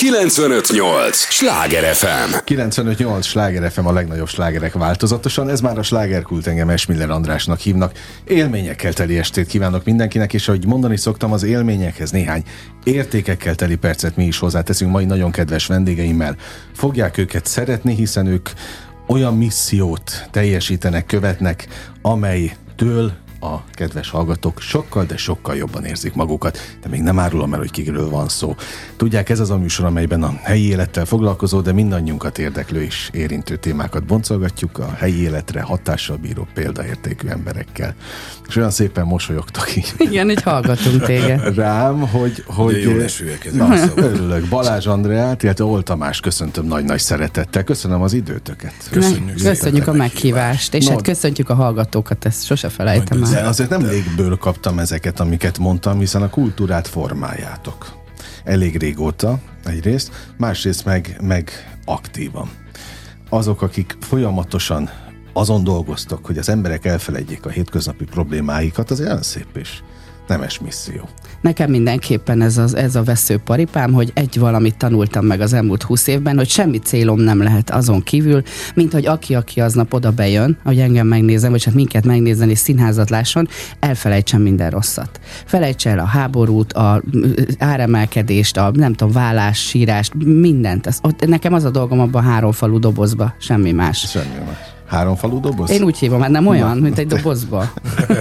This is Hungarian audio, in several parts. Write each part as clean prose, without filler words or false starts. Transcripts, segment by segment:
95.8 Sláger FM. 95.8 Sláger FM, a legnagyobb slágerek változatosan. Ez már a slágerkult, engem Esmiller Andrásnak hívnak. Élményekkel teli estét kívánok mindenkinek, és ahogy mondani szoktam, az élményekhez néhány értékekkel teli percet mi is hozzáteszünk mai nagyon kedves vendégeimmel. Fogják őket szeretni, hiszen ők olyan missziót teljesítenek, követnek, amelytől a kedves hallgatók sokkal, de sokkal jobban érzik magukat, de még nem árulom el, hogy kikről van szó. Tudják, ez az a műsor, amelyben a helyi élettel foglalkozó, de mindannyiunkat érdeklő és érintő témákat boncolgatjuk a helyi életre hatással bíró példaértékű emberekkel. És olyan szépen mosolyogtak így. Igen, így hallgatunk téged. Rám, hogy jól esőek ez. Örülök. Balázs Andreát, illetve Oll Tamás köszöntöm nagy-nagy szeretettel. Köszönöm az időtöket. Köszönjük a meghívást, és hát köszöntjük a hallgatókat, ezt sose felejtem el. De azért nem légből kaptam ezeket, amiket mondtam, hiszen a kultúrát formáljátok. Elég régóta egyrészt, másrészt meg aktívan. Azok, akik folyamatosan azon dolgoztok, hogy az emberek elfeledjék a hétköznapi problémáikat, az olyan szép és nemes misszió. Nekem mindenképpen ez a veszőparipám, hogy egy valamit tanultam meg az elmúlt 20 évben, hogy semmi célom nem lehet azon kívül, mint hogy aki aznap oda bejön, hogy engem megnézem, vagy hát minket megnézzen és színházat lásson, elfelejtsen minden rosszat. Felejtse el a háborút, a áremelkedést, a nem tudom, vállás, sírást, mindent. Nekem az a dolgom abban a 3 falu dobozba, semmi más. Semmi más. 3 falu doboz? Én úgy hívom, hát nem olyan, mint egy dobozba.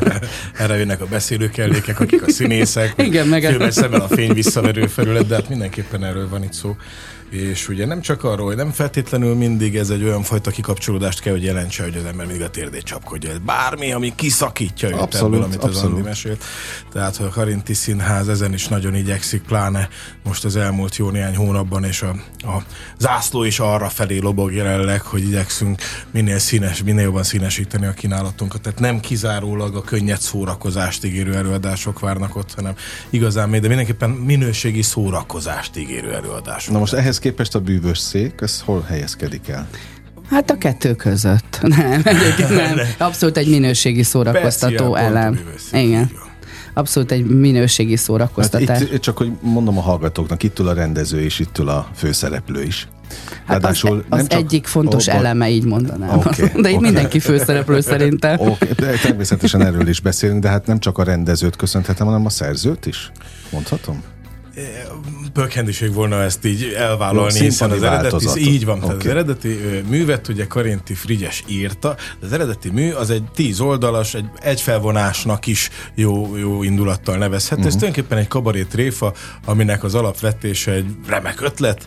Erre jönnek a beszélőkellékek, akik a színészek. Igen, meg félbe szemmel a fény visszaverő felület, de hát mindenképpen erről van itt szó. És ugye nem csak arról, hogy nem feltétlenül mindig ez egy olyan fajta kikapcsolódást kell, hogy jelentse, hogy az ember mindig a térdét csapkodja. Bármi, ami kiszakítja őt ebből, amit az Andi mesélt. Tehát a Karinti Színház ezen is nagyon igyekszik, pláne most az elmúlt jó néhány hónapban, és a zászló is arra felé lobog jelenleg, hogy igyekszünk minél jobban színesíteni a kínálatunkat. Tehát nem kizárólag a könnyed szórakozást ígérő előadások várnak ott, hanem igazán de mindenképpen minőségi szórakozást ígérő előadások. Na most ehhez képest a bűvös szék, ez hol helyezkedik el? Hát a kettő között. Nem. Abszolút egy minőségi szórakoztató elem. Igen. Abszolút egy minőségi szórakoztatás. Hát itt csak, hogy mondom a hallgatóknak, itt ül a rendező és itt ül a főszereplő is. Hát az egyik fontos eleme, így mondanám. De itt mindenki főszereplő szerintem. Természetesen erről is beszélünk, de hát nem csak a rendezőt köszönhetem, hanem a szerzőt is. Mondhatom? Pökhendiség volna ezt így elvállalni, hiszen az eredeti, így van, az eredeti művet ugye Karinti Frigyes írta, de az eredeti mű az egy 10 oldalas, egy felvonásnak is jó indulattal nevezhető. Ez tulajdonképpen egy kabaré tréfa, aminek az alapvetése egy remek ötlet,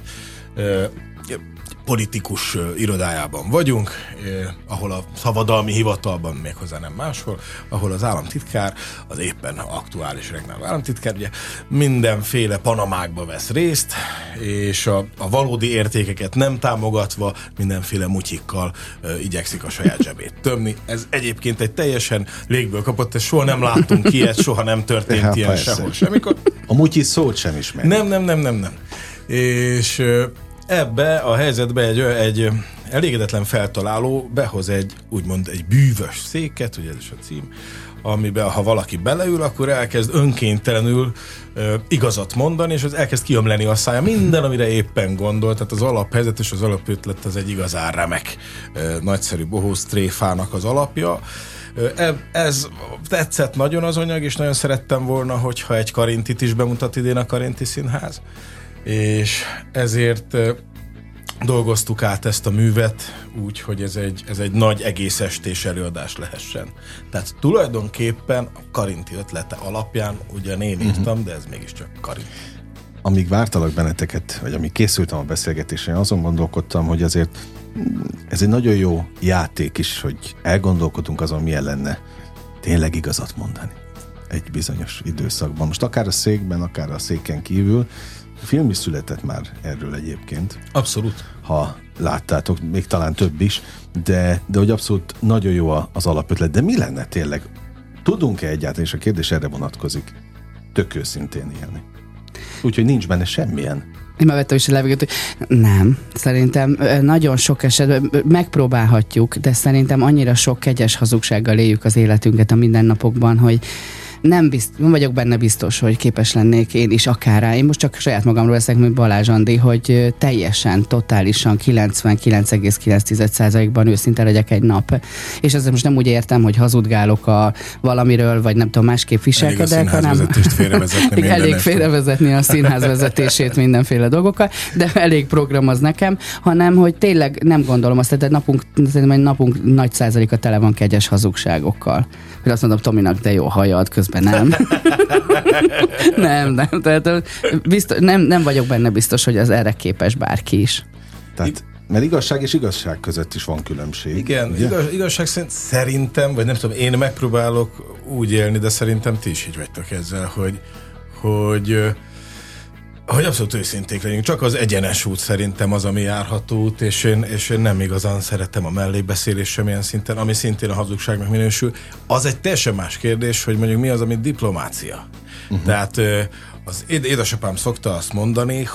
politikus irodájában vagyunk, ahol a szabadalmi hivatalban, méghozzá nem máshol, ahol az államtitkár, az éppen aktuális regnáló államtitkár, ugye mindenféle panamákba vesz részt, és a valódi értékeket nem támogatva mindenféle mutyikkal igyekszik a saját zsebét tömni. Ez egyébként egy teljesen légből kapott, és soha nem láttunk ilyet, soha nem történt ilyen sehol semmikor. A mutyi szót sem ismer. Nem. És ebbe a helyzetbe egy elégedetlen feltaláló behoz egy bűvös széket, ugye ez is a cím, amiben ha valaki beleül, akkor elkezd önkéntelenül igazat mondani, és az elkezd kiömleni a szája minden, amire éppen gondol. Tehát az alaphelyzet és az alapötlet az egy igazán remek, nagyszerű bohóc tréfának az alapja. Ez tetszett nagyon az anyag, és nagyon szerettem volna, hogyha egy Karintit is bemutat idén a Karinti Színház. És ezért dolgoztuk át ezt a művet úgy, hogy ez egy nagy egész estés előadás lehessen. Tehát tulajdonképpen a Karinti ötlete alapján ugyan én írtam, de ez mégiscsak Karinti. Amíg vártalak benneteket, vagy amíg készültem a beszélgetésre, azon gondolkodtam, hogy azért ez egy nagyon jó játék is, hogy elgondolkodunk azon, milyen lenne tényleg igazat mondani egy bizonyos időszakban. Most akár a székben, akár a széken kívül. Film is született már erről egyébként. Abszolút. Ha láttátok, még talán több is, de hogy abszolút nagyon jó az alapötlet. De mi lenne tényleg? Tudunk-e egyáltalán, és a kérdés erre vonatkozik, tök őszintén élni? Úgyhogy nincs benne semmilyen. Én már vettem is a levegőt, hogy nem. Szerintem nagyon sok esetben megpróbálhatjuk, de szerintem annyira sok kegyes hazugsággal éljük az életünket a mindennapokban, hogy nem vagyok benne biztos, hogy képes lennék én is akár rá. Én most csak saját magamról veszek, mint Balázs Andi, hogy teljesen, totálisan 99,9%-ban őszinte legyek egy nap. És ezzel most nem úgy értem, hogy hazudgálok valamiről, vagy nem tudom, másképp viselkedek, hanem elég félrevezetni a színház vezetését mindenféle dolgokkal, de elég program az nekem, hanem, hogy tényleg nem gondolom azt, hogy napunk nagy százaléka tele van kegyes hazugságokkal. Hogy azt mondom Tominak, de jó hajad, közben nem. nem. Tehát nem vagyok benne biztos, hogy az erre képes bárki is. Tehát, mert igazság és igazság között is van különbség. Igen, igazság szerintem, vagy nem tudom, én megpróbálok úgy élni, de szerintem ti is így vagytok ezzel, hogy abszolút őszinték legyünk. Csak az egyenes út szerintem az, ami járható út, és én nem igazán szeretem a mellébeszélés semmilyen szinten, ami szintén a hazugságnak minősül. Az egy teljesen más kérdés, hogy mondjuk mi az, amit diplomácia. Tehát az édesapám szokta azt mondani,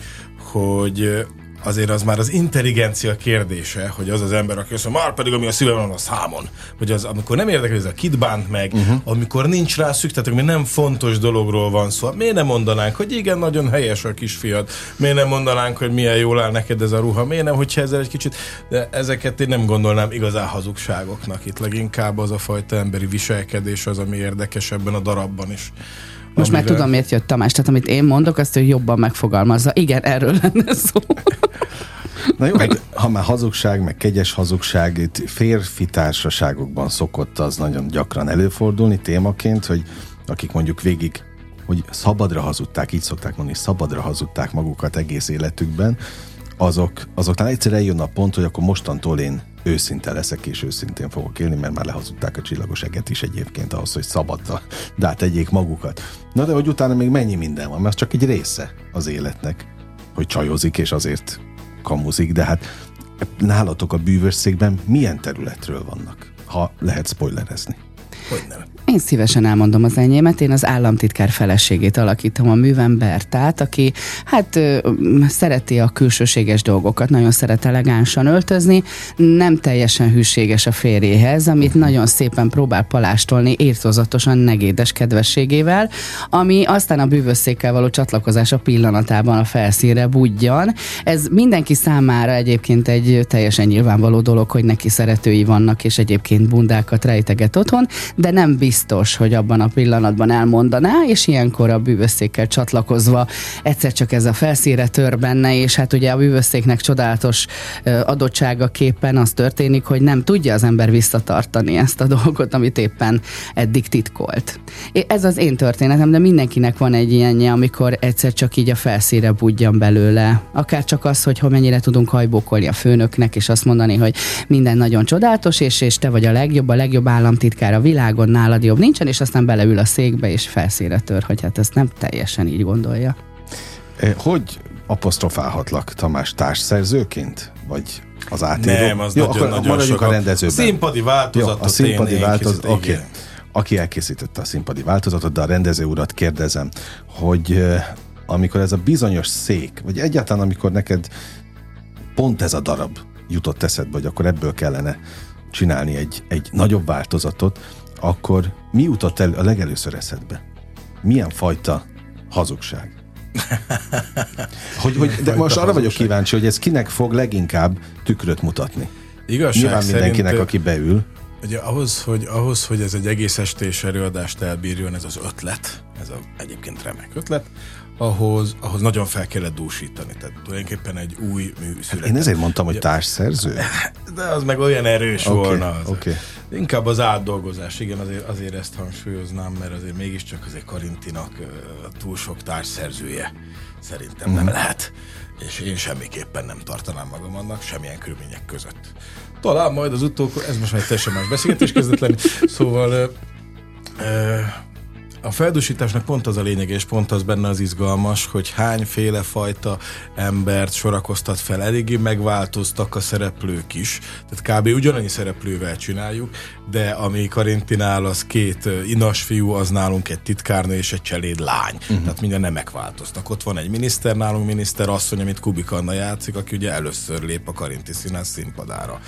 hogy azért az már az intelligencia kérdése, hogy az ember, aki azt mondja, már pedig ami a szívemben van, a számon. Hogy az, amikor nem érdekel, hogy ez a kit bánt meg, amikor nincs rá szükség, tehát amikor nem fontos dologról van szó. Miért nem mondanánk, hogy igen, nagyon helyes a kisfiad? Miért nem mondanánk, hogy milyen jól áll neked ez a ruha? Miért nem, hogyha ezzel egy kicsit... De ezeket én nem gondolnám igazán hazugságoknak. Itt leginkább az a fajta emberi viselkedés az, ami érdekes ebben a darabban is. Most már tudom, miért jött Tamás. Tehát amit én mondok, azt ő jobban megfogalmazza. Igen, erről lenne szó. Na jó, ha már hazugság, meg kegyes hazugság, itt férfi társaságokban szokott az nagyon gyakran előfordulni témaként, hogy akik mondjuk végig, hogy szabadra hazudták, így szokták mondani, szabadra hazudták magukat egész életükben, azoknál egyszer eljön a pont, hogy akkor mostantól én őszinte leszek, és őszintén fogok élni, mert már lehazudták a csillagos eget is egyébként ahhoz, hogy szabadra tegyék magukat. Na de hogy utána még mennyi minden van, mert az csak egy része az életnek, hogy csajozik, és azért kamuzik, de hát nálatok a bűvösszékben milyen területről vannak, ha lehet spoilerezni? Hogy nem? Én szívesen elmondom az enyémet, én az államtitkár feleségét alakítom, a művem Bertát, aki szereti a külsőséges dolgokat, nagyon szeret elegánsan öltözni, nem teljesen hűséges a férjéhez, amit nagyon szépen próbál palástolni írtózatosan negédes kedvességével, ami aztán a bűvösszékkel való csatlakozása pillanatában a felszínre budjan. Ez mindenki számára egyébként egy teljesen nyilvánvaló dolog, hogy neki szeretői vannak, és egyébként bundákat rejteget otthon, de nem biztos, hogy abban a pillanatban elmondaná, és ilyenkor a bűvösszékkel csatlakozva egyszer csak ez a felszínre tör benne, és hát ugye a bűvösszéknek csodálatos adottságaképpen az történik, hogy nem tudja az ember visszatartani ezt a dolgot, amit éppen eddig titkolt. Ez az én történetem, de mindenkinek van egy ilyenje, amikor egyszer csak így a felszínre budjan belőle. Akár csak az, hogy mennyire tudunk hajbókolni a főnöknek, és azt mondani, hogy minden nagyon csodálatos, és te vagy a legjobb államtitkár a világon, nálad jobb nincsen, és aztán beleül a székbe, és felszínre tör, hogy hát ezt nem teljesen így gondolja. Hogy apostrofálhatlak, Tamás, társszerzőként? Vagy az átíró? Nem, az nagyon sok. A rendezőben. A színpadi változatot. A színpadi változat, oké. Aki elkészítette a színpadi változatot, de a rendező urat kérdezem, hogy amikor ez a bizonyos szék, vagy egyáltalán amikor neked pont ez a darab jutott eszedbe, hogy akkor ebből kellene csinálni egy nagyobb változatot, akkor mi jutott el a legelőször eszedbe? Milyen fajta hazugság? De most arra vagyok kíváncsi, hogy ez kinek fog leginkább tükröt mutatni. Igazság nyilván mindenkinek, aki beül. Ugye ahhoz, hogy ez egy egész estés előadást elbírjon, ez az ötlet, ez egyébként remek ötlet, ahhoz nagyon fel kellett dúsítani. Tehát tulajdonképpen egy új mű született. Én ezért mondtam, hogy társszerző. De az meg olyan erős volna. Okay. Inkább az átdolgozás, igen, azért ezt hangsúlyoznám, mert azért mégiscsak azért Karintinak túl sok társszerzője szerintem nem lehet. És én semmiképpen nem tartanám magam annak, semmilyen körülmények között. Talán majd az utókor, ez most már teljesen más beszélgetés kezdett lenni, szóval A feldúsításnak pont az a lényeg, és pont az benne az izgalmas, hogy hányféle fajta embert sorakoztat fel. Eléggé megváltoztak a szereplők is. Tehát kb. Ugyanannyi szereplővel csináljuk, de ami Karintinál az 2 inas fiú, az nálunk egy titkárnő és egy cseléd lány. Tehát minden nemek változtak. Ott van egy miniszter, nálunk miniszter asszony, amit Kubik Anna játszik, aki ugye először lép a Karinti Színház színpadára.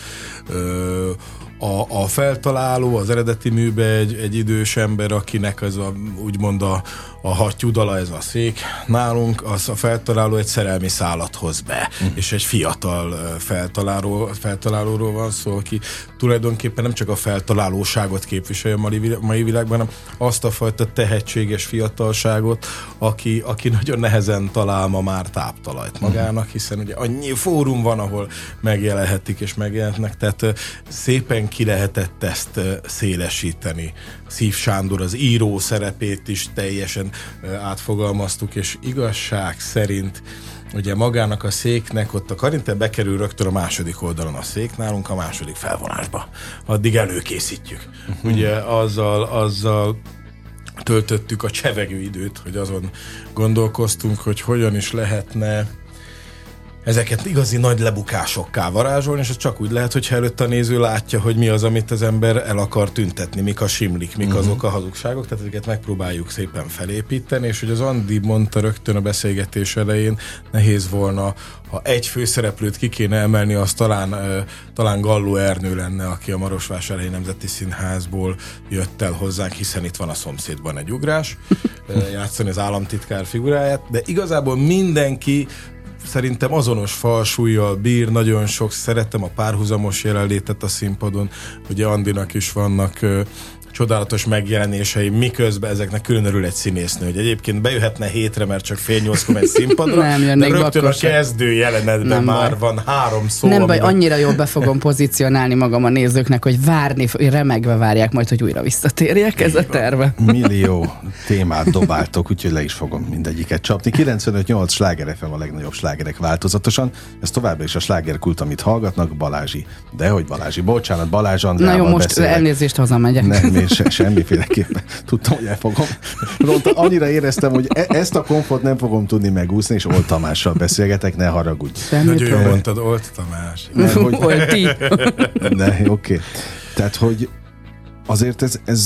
A feltaláló az eredeti műbe egy idős ember, akinek az úgymond a hattyúdala, ez a szék. Nálunk az a feltaláló egy szerelmi szálat hoz be, és egy fiatal feltalálóról van szó, aki tulajdonképpen nem csak a feltalálóságot képviselje a mai világban, hanem azt a fajta tehetséges fiatalságot, aki nagyon nehezen talál ma már táptalajt magának, hiszen ugye annyi fórum van, ahol megjelenhetik és megjelentnek, tehát szépen ki lehetett ezt szélesíteni. Szív Sándor az író szerepét is teljesen átfogalmaztuk, és igazság szerint ugye magának a széknek, ott a Karinten bekerül rögtön a második oldalon a szék, nálunk a második felvonásba. Addig előkészítjük. Ugye azzal töltöttük a csevegő időt, hogy azon gondolkoztunk, hogy hogyan is lehetne ezeket igazi nagy lebukásokká varázsolni, és ez csak úgy lehet, hogyha előtt a néző látja, hogy mi az, amit az ember el akar tüntetni, mik a simlik, mik azok a hazugságok, tehát ezeket megpróbáljuk szépen felépíteni, és hogy az Andi mondta rögtön a beszélgetés elején, nehéz volna, ha egy főszereplőt ki kéne emelni, az talán Galló Ernő lenne, aki a Marosvásárhelyi Nemzeti Színházból jött el hozzánk, hiszen itt van a szomszédban egy ugrás, játszani az államtitkár figuráját, de igazából mindenki szerintem azonos falsúllyal bír, nagyon sok, szeretem a párhuzamos jelenlétet a színpadon, ugye Andinak is vannak csodálatos megjelenései, miközben ezeknek külön örül egy színésznő, hogy egyébként bejöhetne hétre, mert csak 7:30 megy színpadra, de rögtön a kezdő jelenetben már van 3 szó. Nem baj, annyira jól be fogom pozícionálni magam a nézőknek, hogy remegve várják majd, hogy újra visszatérjek, ez a terve. Millió témát dobáltok, úgyhogy le is fogom mindegyiket csapni. 95.8 Sláger FM a legnagyobb slágerek változatosan. Ez továbbra is a slágerkult, amit hallgatnak. Balázsi. Dehogy Balázsi. Bocsánat, Balázs Andrával beszélek. Na jó, most beszélek. elnézést, hazamegyek. Nem, semmiféleképpen. Tudtam, hogy el fogom. Annyira éreztem, hogy ezt a komfort nem fogom tudni megúszni, és Old Tamással beszélgetek, ne haragudj. Nagyon jól mondtad, Old Tamás. Olti. Oké. Tehát, hogy azért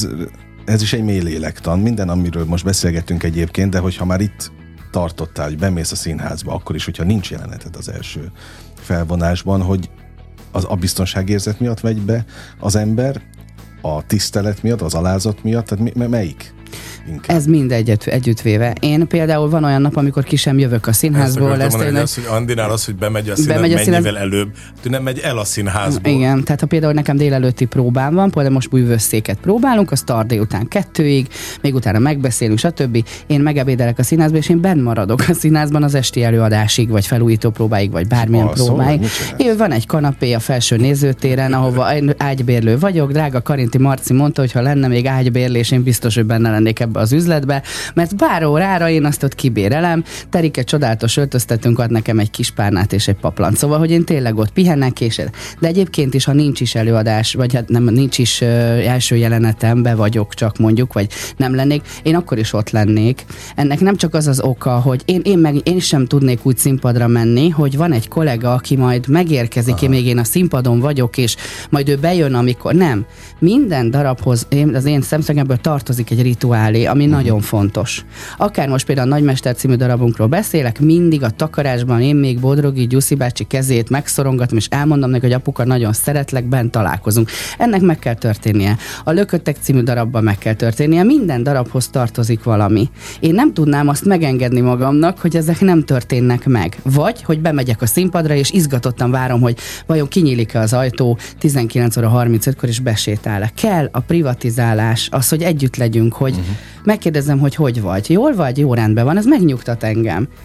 ez is egy mély lélektan. Minden, amiről most beszélgetünk egyébként, de hogyha már itt tartottál, hogy bemész a színházba, akkor is, hogyha nincs jeleneted az első felvonásban, hogy a biztonságérzet miatt megy be az ember, a tisztelet miatt, az alázat miatt, tehát melyik? Inkább. Ez mind együttvéve. Én például van olyan nap, amikor ki sem jövök a színházból. Ezt mondani, hogy Andinál az, hogy bemegy a színházba, mennyivel előbb, hogy nem megy el a színházból. Igen, tehát ha például nekem délelőtti próbám van, például most bújvösszéket próbálunk, az tart délután 2-ig, még utána megbeszélünk, stb. Én megebédelek a színházba, és én benn maradok a színházban az esti előadásig, vagy felújító próbáig, vagy bármilyen próbáig. Van egy kanapé a felső nézőtéren, ahova ágybérlő vagyok. Drága Karinti Marci mondta, hogy ha lenne még ágybérlés, én biztos, hogy benne lennék ebbe az üzletbe, mert pár órára én azt ott kibérelem, Terike csodálatos öltöztetünk, ad nekem egy kis párnát és egy paplant. Szóval, hogy én tényleg ott pihennek, de egyébként is, ha nincs is előadás, vagy hát nem, nincs is első jelenetem, be vagyok csak mondjuk, vagy nem lennék, én akkor is ott lennék. Ennek nem csak az az oka, hogy én sem tudnék úgy színpadra menni, hogy van egy kollega, aki majd megérkezik, még én a színpadon vagyok, és majd ő bejön, amikor nem. Minden darabhoz az én szemszögemből tartozik egy rituálé, ami nagyon fontos. Akár most például a Nagymester című darabunkról beszélek, mindig a takarásban én még Bodrogi Gyuszi bácsi kezét megszorongatom, és elmondom neki, hogy apuka, nagyon szeretlek, bent találkozunk. Ennek meg kell történnie. A Lököttek című darabban meg kell történnie. Minden darabhoz tartozik valami. Én nem tudnám azt megengedni magamnak, hogy ezek nem történnek meg. Vagy, hogy bemegyek a színpadra, és izgatottan várom, hogy vajon kinyílik-e az ajtó 19:35-kor, és besétál-e. Kell a privatizálás, az, hogy együtt legyünk, hogy megkérdezem, hogy vagy. Jól vagy? Jó, rendben van, ez megnyugtat engem.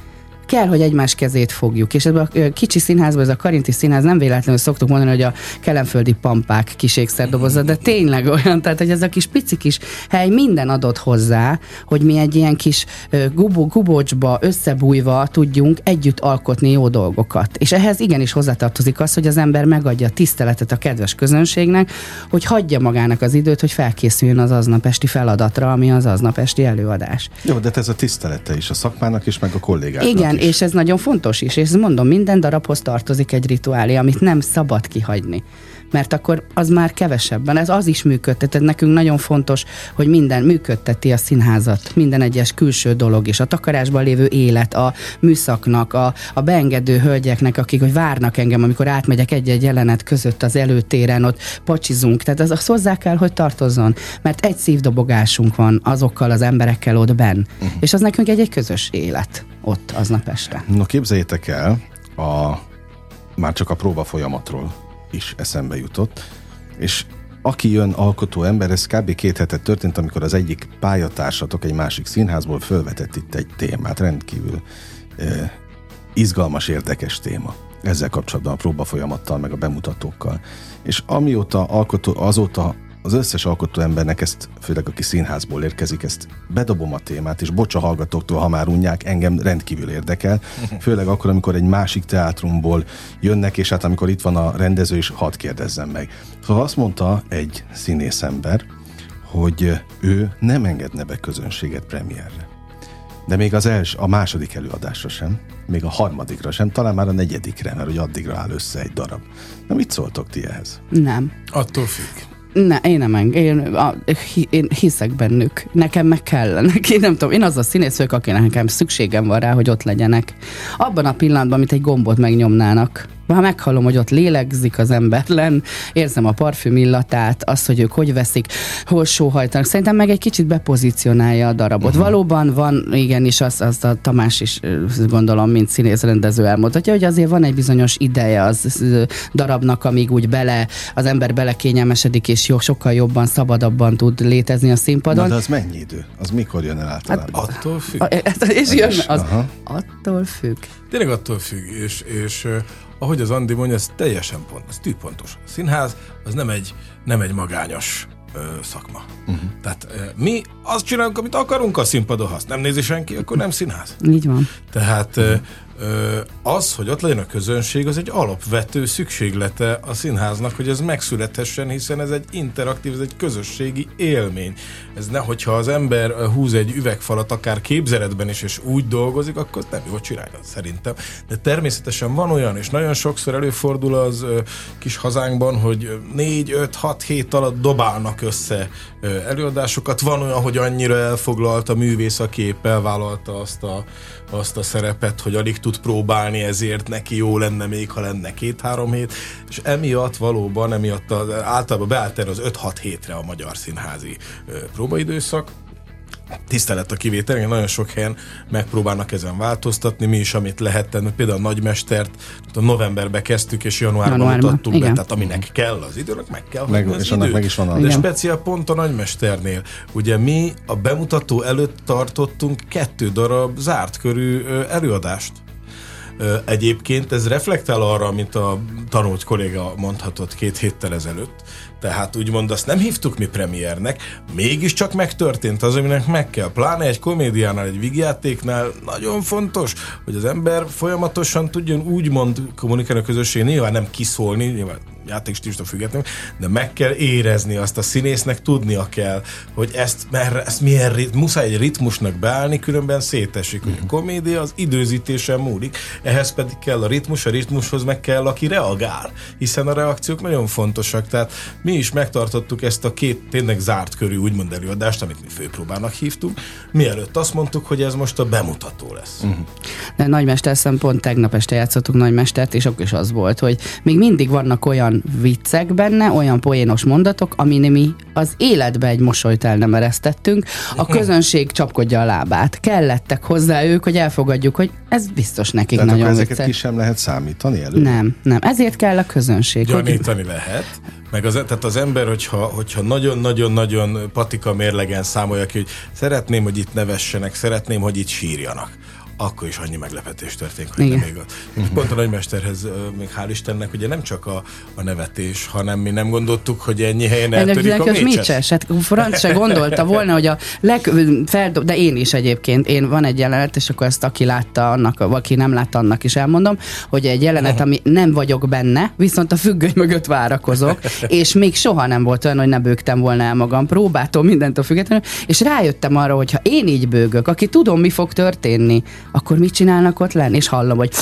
kell, hogy egymás kezét fogjuk. És ebben a kicsi színházban, ez a Karinti Színház, nem véletlenül szoktuk mondani, hogy a kelenföldi pampák kis ékszerdoboza, de tényleg olyan, tehát hogy ez a kis pici kis hely minden adott hozzá, hogy mi egy ilyen kis gubocsba összebújva tudjunk együtt alkotni jó dolgokat. És ehhez igenis hozzátartozik az, hogy az ember megadja a tiszteletet a kedves közönségnek, hogy hagyja magának az időt, hogy felkészüljön az aznap esti feladatra, ami az aznap esti előadás. Jó, de ez a tisztelete is a szakmának is, meg a kollégáknak igen, is. És ez nagyon fontos is, és mondom, minden darabhoz tartozik egy rituálé, amit nem szabad kihagyni. Mert akkor az már kevesebben. Ez az is működtet. Nekünk nagyon fontos, hogy minden működteti a színházat, minden egyes külső dolog, és a takarásban lévő élet, a műszaknak, a beengedő hölgyeknek, akik hogy várnak engem, amikor átmegyek egy-egy jelenet között az előtéren, ott pacsizunk. Tehát az hozzá kell, hogy tartozzon. Mert egy szívdobogásunk van azokkal az emberekkel ott benn. És az nekünk egy közös élet ott aznap este. No, képzeljétek el, már csak a próba folyamatról is eszembe jutott, és aki jön alkotó ember, ez kb. 2 hete történt, amikor az egyik pályatársatok egy másik színházból fölvetett itt egy témát, rendkívül izgalmas, érdekes téma. Ezzel kapcsolatban a próba folyamattal, meg a bemutatókkal. És azóta az összes alkotó embernek ezt, főleg aki színházból érkezik, ezt bedobom a témát, és bocs a hallgatóktól, ha már unják, engem rendkívül érdekel, főleg akkor, amikor egy másik teátrumból jönnek, és hát amikor itt van a rendező is, hadd kérdezzem meg. Szóval azt mondta egy színészember, hogy ő nem engedne be közönséget premierre. De még a második előadásra sem, még a harmadikra sem, talán már a 4., mert hogy addigra áll össze egy darab. Na, mit szóltok ti ehhez? Nem. Attól függ. Én nem én hiszek bennük. Nekem meg kellenek. Én nem tudom, én az a színész vagyok, akinek nekem szükségem van rá, hogy ott legyenek. Abban a pillanatban, amit egy gombot megnyomnának. Ha meghallom, hogy ott lélegzik az ember lenn, érzem a parfüm illatát, azt, hogy ők hogy veszik, hol sóhajtanak. Szerintem meg egy kicsit bepozícionálja a darabot. Valóban van, igenis, azt a Tamás is gondolom, mint színészrendező elmondhatja, hogy azért van egy bizonyos ideje az darabnak, amíg úgy az ember belekényelmesedik, és sokkal jobban, szabadabban tud létezni a színpadon. Na, de az mennyi idő? Az mikor jön el általában? Hát attól függ. És jön attól függ. Tényleg attól függ, és ahogy az Andi mondja, ez teljesen ez tűpontos. A színház az nem egy magányos szakma. Tehát mi azt csinálunk, amit akarunk a színpadon, ha azt nem nézi senki, akkor nem színház. Így van. Tehát az, hogy ott legyen a közönség, az egy alapvető szükséglete a színháznak, hogy ez megszülethessen, hiszen ez egy interaktív, ez egy közösségi élmény. Ez hogyha az ember húz egy üvegfalat, akár képzeletben is, és úgy dolgozik, akkor nem jól csinálja, szerintem. De természetesen van olyan, és nagyon sokszor előfordul az kis hazánkban, hogy 4-5-6 hét alatt dobálnak össze előadásokat. Van olyan, hogy annyira elfoglalt a művész, aki épp elvállalta azt a szerepet, hogy alig tud próbálni, ezért neki jó lenne még, ha lenne 2-3 hét, és emiatt általában beállt erre az 5-6 hétre a magyar színházi próbaidőszak. Tisztelet a kivétel, nagyon sok helyen megpróbálnak ezen változtatni, mi is, amit lehet tenni. Például a Nagymestert novemberben kezdtük, és januárban mutattuk be, tehát aminek kell az időnek, meg kell hozni az időt. Meg is van de speciál pont a Nagymesternél. Ugye mi a bemutató előtt tartottunk 2 darab zárt körű előadást. Egyébként ez reflektál arra, amit a tanult kolléga mondhatott 2 héttel ezelőtt. Tehát úgymond azt nem hívtuk mi premiernek, mégiscsak megtörtént az, aminek meg kell. Pláne egy komédiánál, egy vígjátéknál nagyon fontos, hogy az ember folyamatosan tudjon úgymond kommunikálni a közösség, nyilván nem kiszólni, nyilván játékstílusra függetlenül, de meg kell érezni azt, a színésznek tudnia kell, hogy ezt muszáj egy ritmusnak beállni, különben szétesik, hogy a komédia az időzítésen múlik, ehhez pedig kell a ritmushoz meg kell, aki reagál, hiszen a reakciók nagyon fontosak, tehát mi is megtartottuk ezt a 2 tényleg zárt körű úgymond előadást, amit mi főpróbának hívtunk, mielőtt azt mondtuk, hogy ez most a bemutató lesz. De Nagymester szempont tegnap este játszottuk Nagymestert, és akkor is az volt, hogy még mindig vannak olyan viccek benne, olyan poénos mondatok, amin mi az életbe egy mosolyt el nem eresztettünk, a közönség csapkodja a lábát. Kellettek hozzá ők, hogy elfogadjuk, hogy ez biztos nekik tehát nagyon vicces. ezeket ki sem lehet számítani előbb? Nem. Ezért kell a közönség. Gyanítani lehet. Meg tehát az ember, hogyha nagyon-nagyon-nagyon patika mérlegen számolja ki, hogy szeretném, hogy itt nevessenek, szeretném, hogy itt sírjanak, akkor is annyi meglepetés történik, hogy nem igaz. Pont a nagymesterhez, még hál' Istennek, ugye nem csak a nevetés, hanem mi nem gondoltuk, hogy ennyi helyen eltörik a mécses. Hát Franc se gondolta volna, hogy de én is egyébként, van egy jelenet, és akkor ezt aki látta annak, aki nem látta, annak is elmondom, hogy egy jelenet, ami nem vagyok benne, viszont a függöny mögött várakozok, és még soha nem volt olyan, hogy ne bőgtem volna el magam, próbáltam mindentől függetlenül, és rájöttem arra, hogy ha én így bőgök, aki tudom, mi fog történni, akkor mit csinálnak ott lenn? És hallom, hogy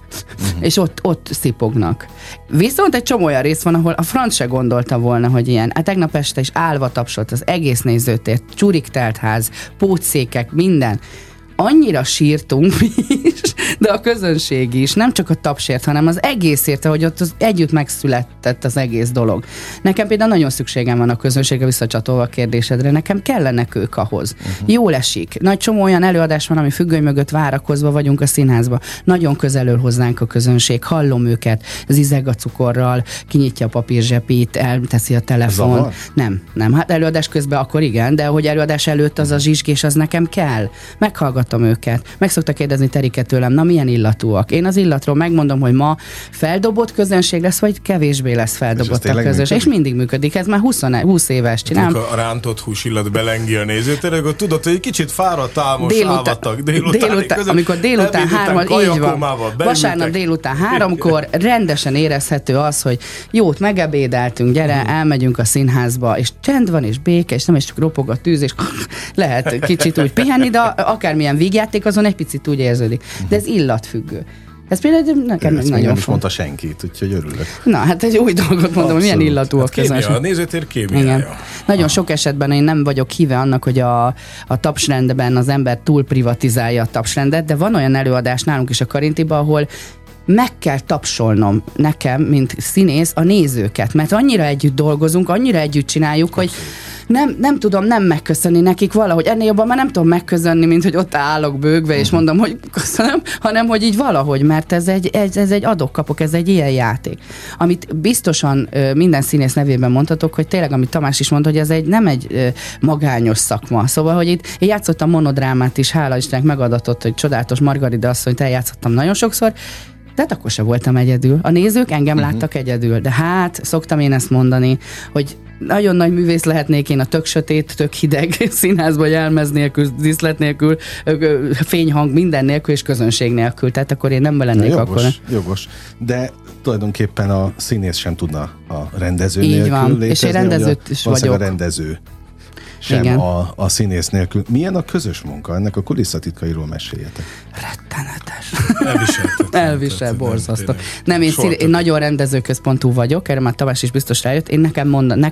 és ott szipognak. Viszont egy csomó olyan rész van, ahol a Franc se gondolta volna, hogy ilyen. Hát tegnap este is állva tapsolt az egész nézőtér, csurik telt ház, pótszékek, minden. Annyira sírtunk mi is, de a közönség is, nem csak a tapsért, hanem az egészért, hogy ott együtt megszületett az egész dolog. Nekem például nagyon szükségem van a közönségre, visszacsatolva a kérdésedre, nekem kellenek ők ahhoz. Jól esik. Nagy csomó olyan előadás van, ami függöny mögött várakozva vagyunk a színházba. Nagyon közelről hozzánk a közönség, hallom őket, zizeg a cukorral, kinyitja a papírzsepit, elteszi a telefon. Nem. Hát előadás közben akkor igen, de hogy előadás előtt az a zsizsgés, az nekem kell. Meghallgatom őket. Meg szoktak kérdezni Terike tőlem, na milyen illatúak. Én az illatról megmondom, hogy ma feldobott közönség lesz, vagy kevésbé lesz feldobott a közönség. És mindig működik. Ez már 20 éves csinálom. A rántott hús illat belengi a nézőtérre, akkor tudod, hogy kicsit fáradt, álmos, ávatag délután. Amikor délután 3, így van. Vasárnap délután 3-kor rendesen érezhető az, hogy jót megebédeltünk, gyere, elmegyünk a színházba, és csend van, és béke, és nem is csak ropog a tűz, és lehet kicsit úgy pihenni, de akármilyen vígjáték, azon egy picit úgy érződik. De ez illatfüggő. Ez például nekem nagyon nem is mondta senkit, úgyhogy örülök. Na, hát egy új dolgot mondom, hogy milyen illatú a közönség. A nézőtér kémiája. Nagyon sok esetben én nem vagyok híve annak, hogy a tapsrendben az ember túl privatizálja a tapsrendet, de van olyan előadás nálunk is a Karintiban, ahol meg kell tapsolnom nekem, mint színész, a nézőket, mert annyira együtt dolgozunk, annyira együtt csináljuk, hogy nem tudom nem megköszönni nekik valahogy. Ennél jobban már nem tudom megköszönni, mint hogy ott állok bőgve, és mondom, hogy köszönöm, hanem hogy így valahogy, mert ez egy adok-kapok, ez egy ilyen játék. Amit biztosan minden színész nevében mondhatok, hogy tényleg, amit Tamás is mondta, hogy ez nem egy magányos szakma. Szóval, hogy itt én játszottam monodrámát is, hála Istennek megadatott, hogy csodálatos Margarida asszonyt eljátszottam nagyon sokszor, de hát akkor sem voltam egyedül. A nézők engem láttak egyedül, de hát szoktam én ezt mondani, hogy nagyon nagy művész lehetnék én a tök sötét, tök hideg színházba, jelmez nélkül, díszlet nélkül, fényhang, minden nélkül és közönség nélkül. Tehát akkor én nem lennék jogos, akkor. Jogos. De tulajdonképpen a színész sem tudna a rendező így nélkül van. létezni. És én rendezőt is vagyok. A rendező sem a színész nélkül. Milyen a közös munka? Ennek a kulisszatitkairól meséljetek. Rettenetes. Elvisel, borzasztó. Nem, én nagyon rendezőközpontú vagyok, erre már Tamás is biztos rájött. Én nekem mondani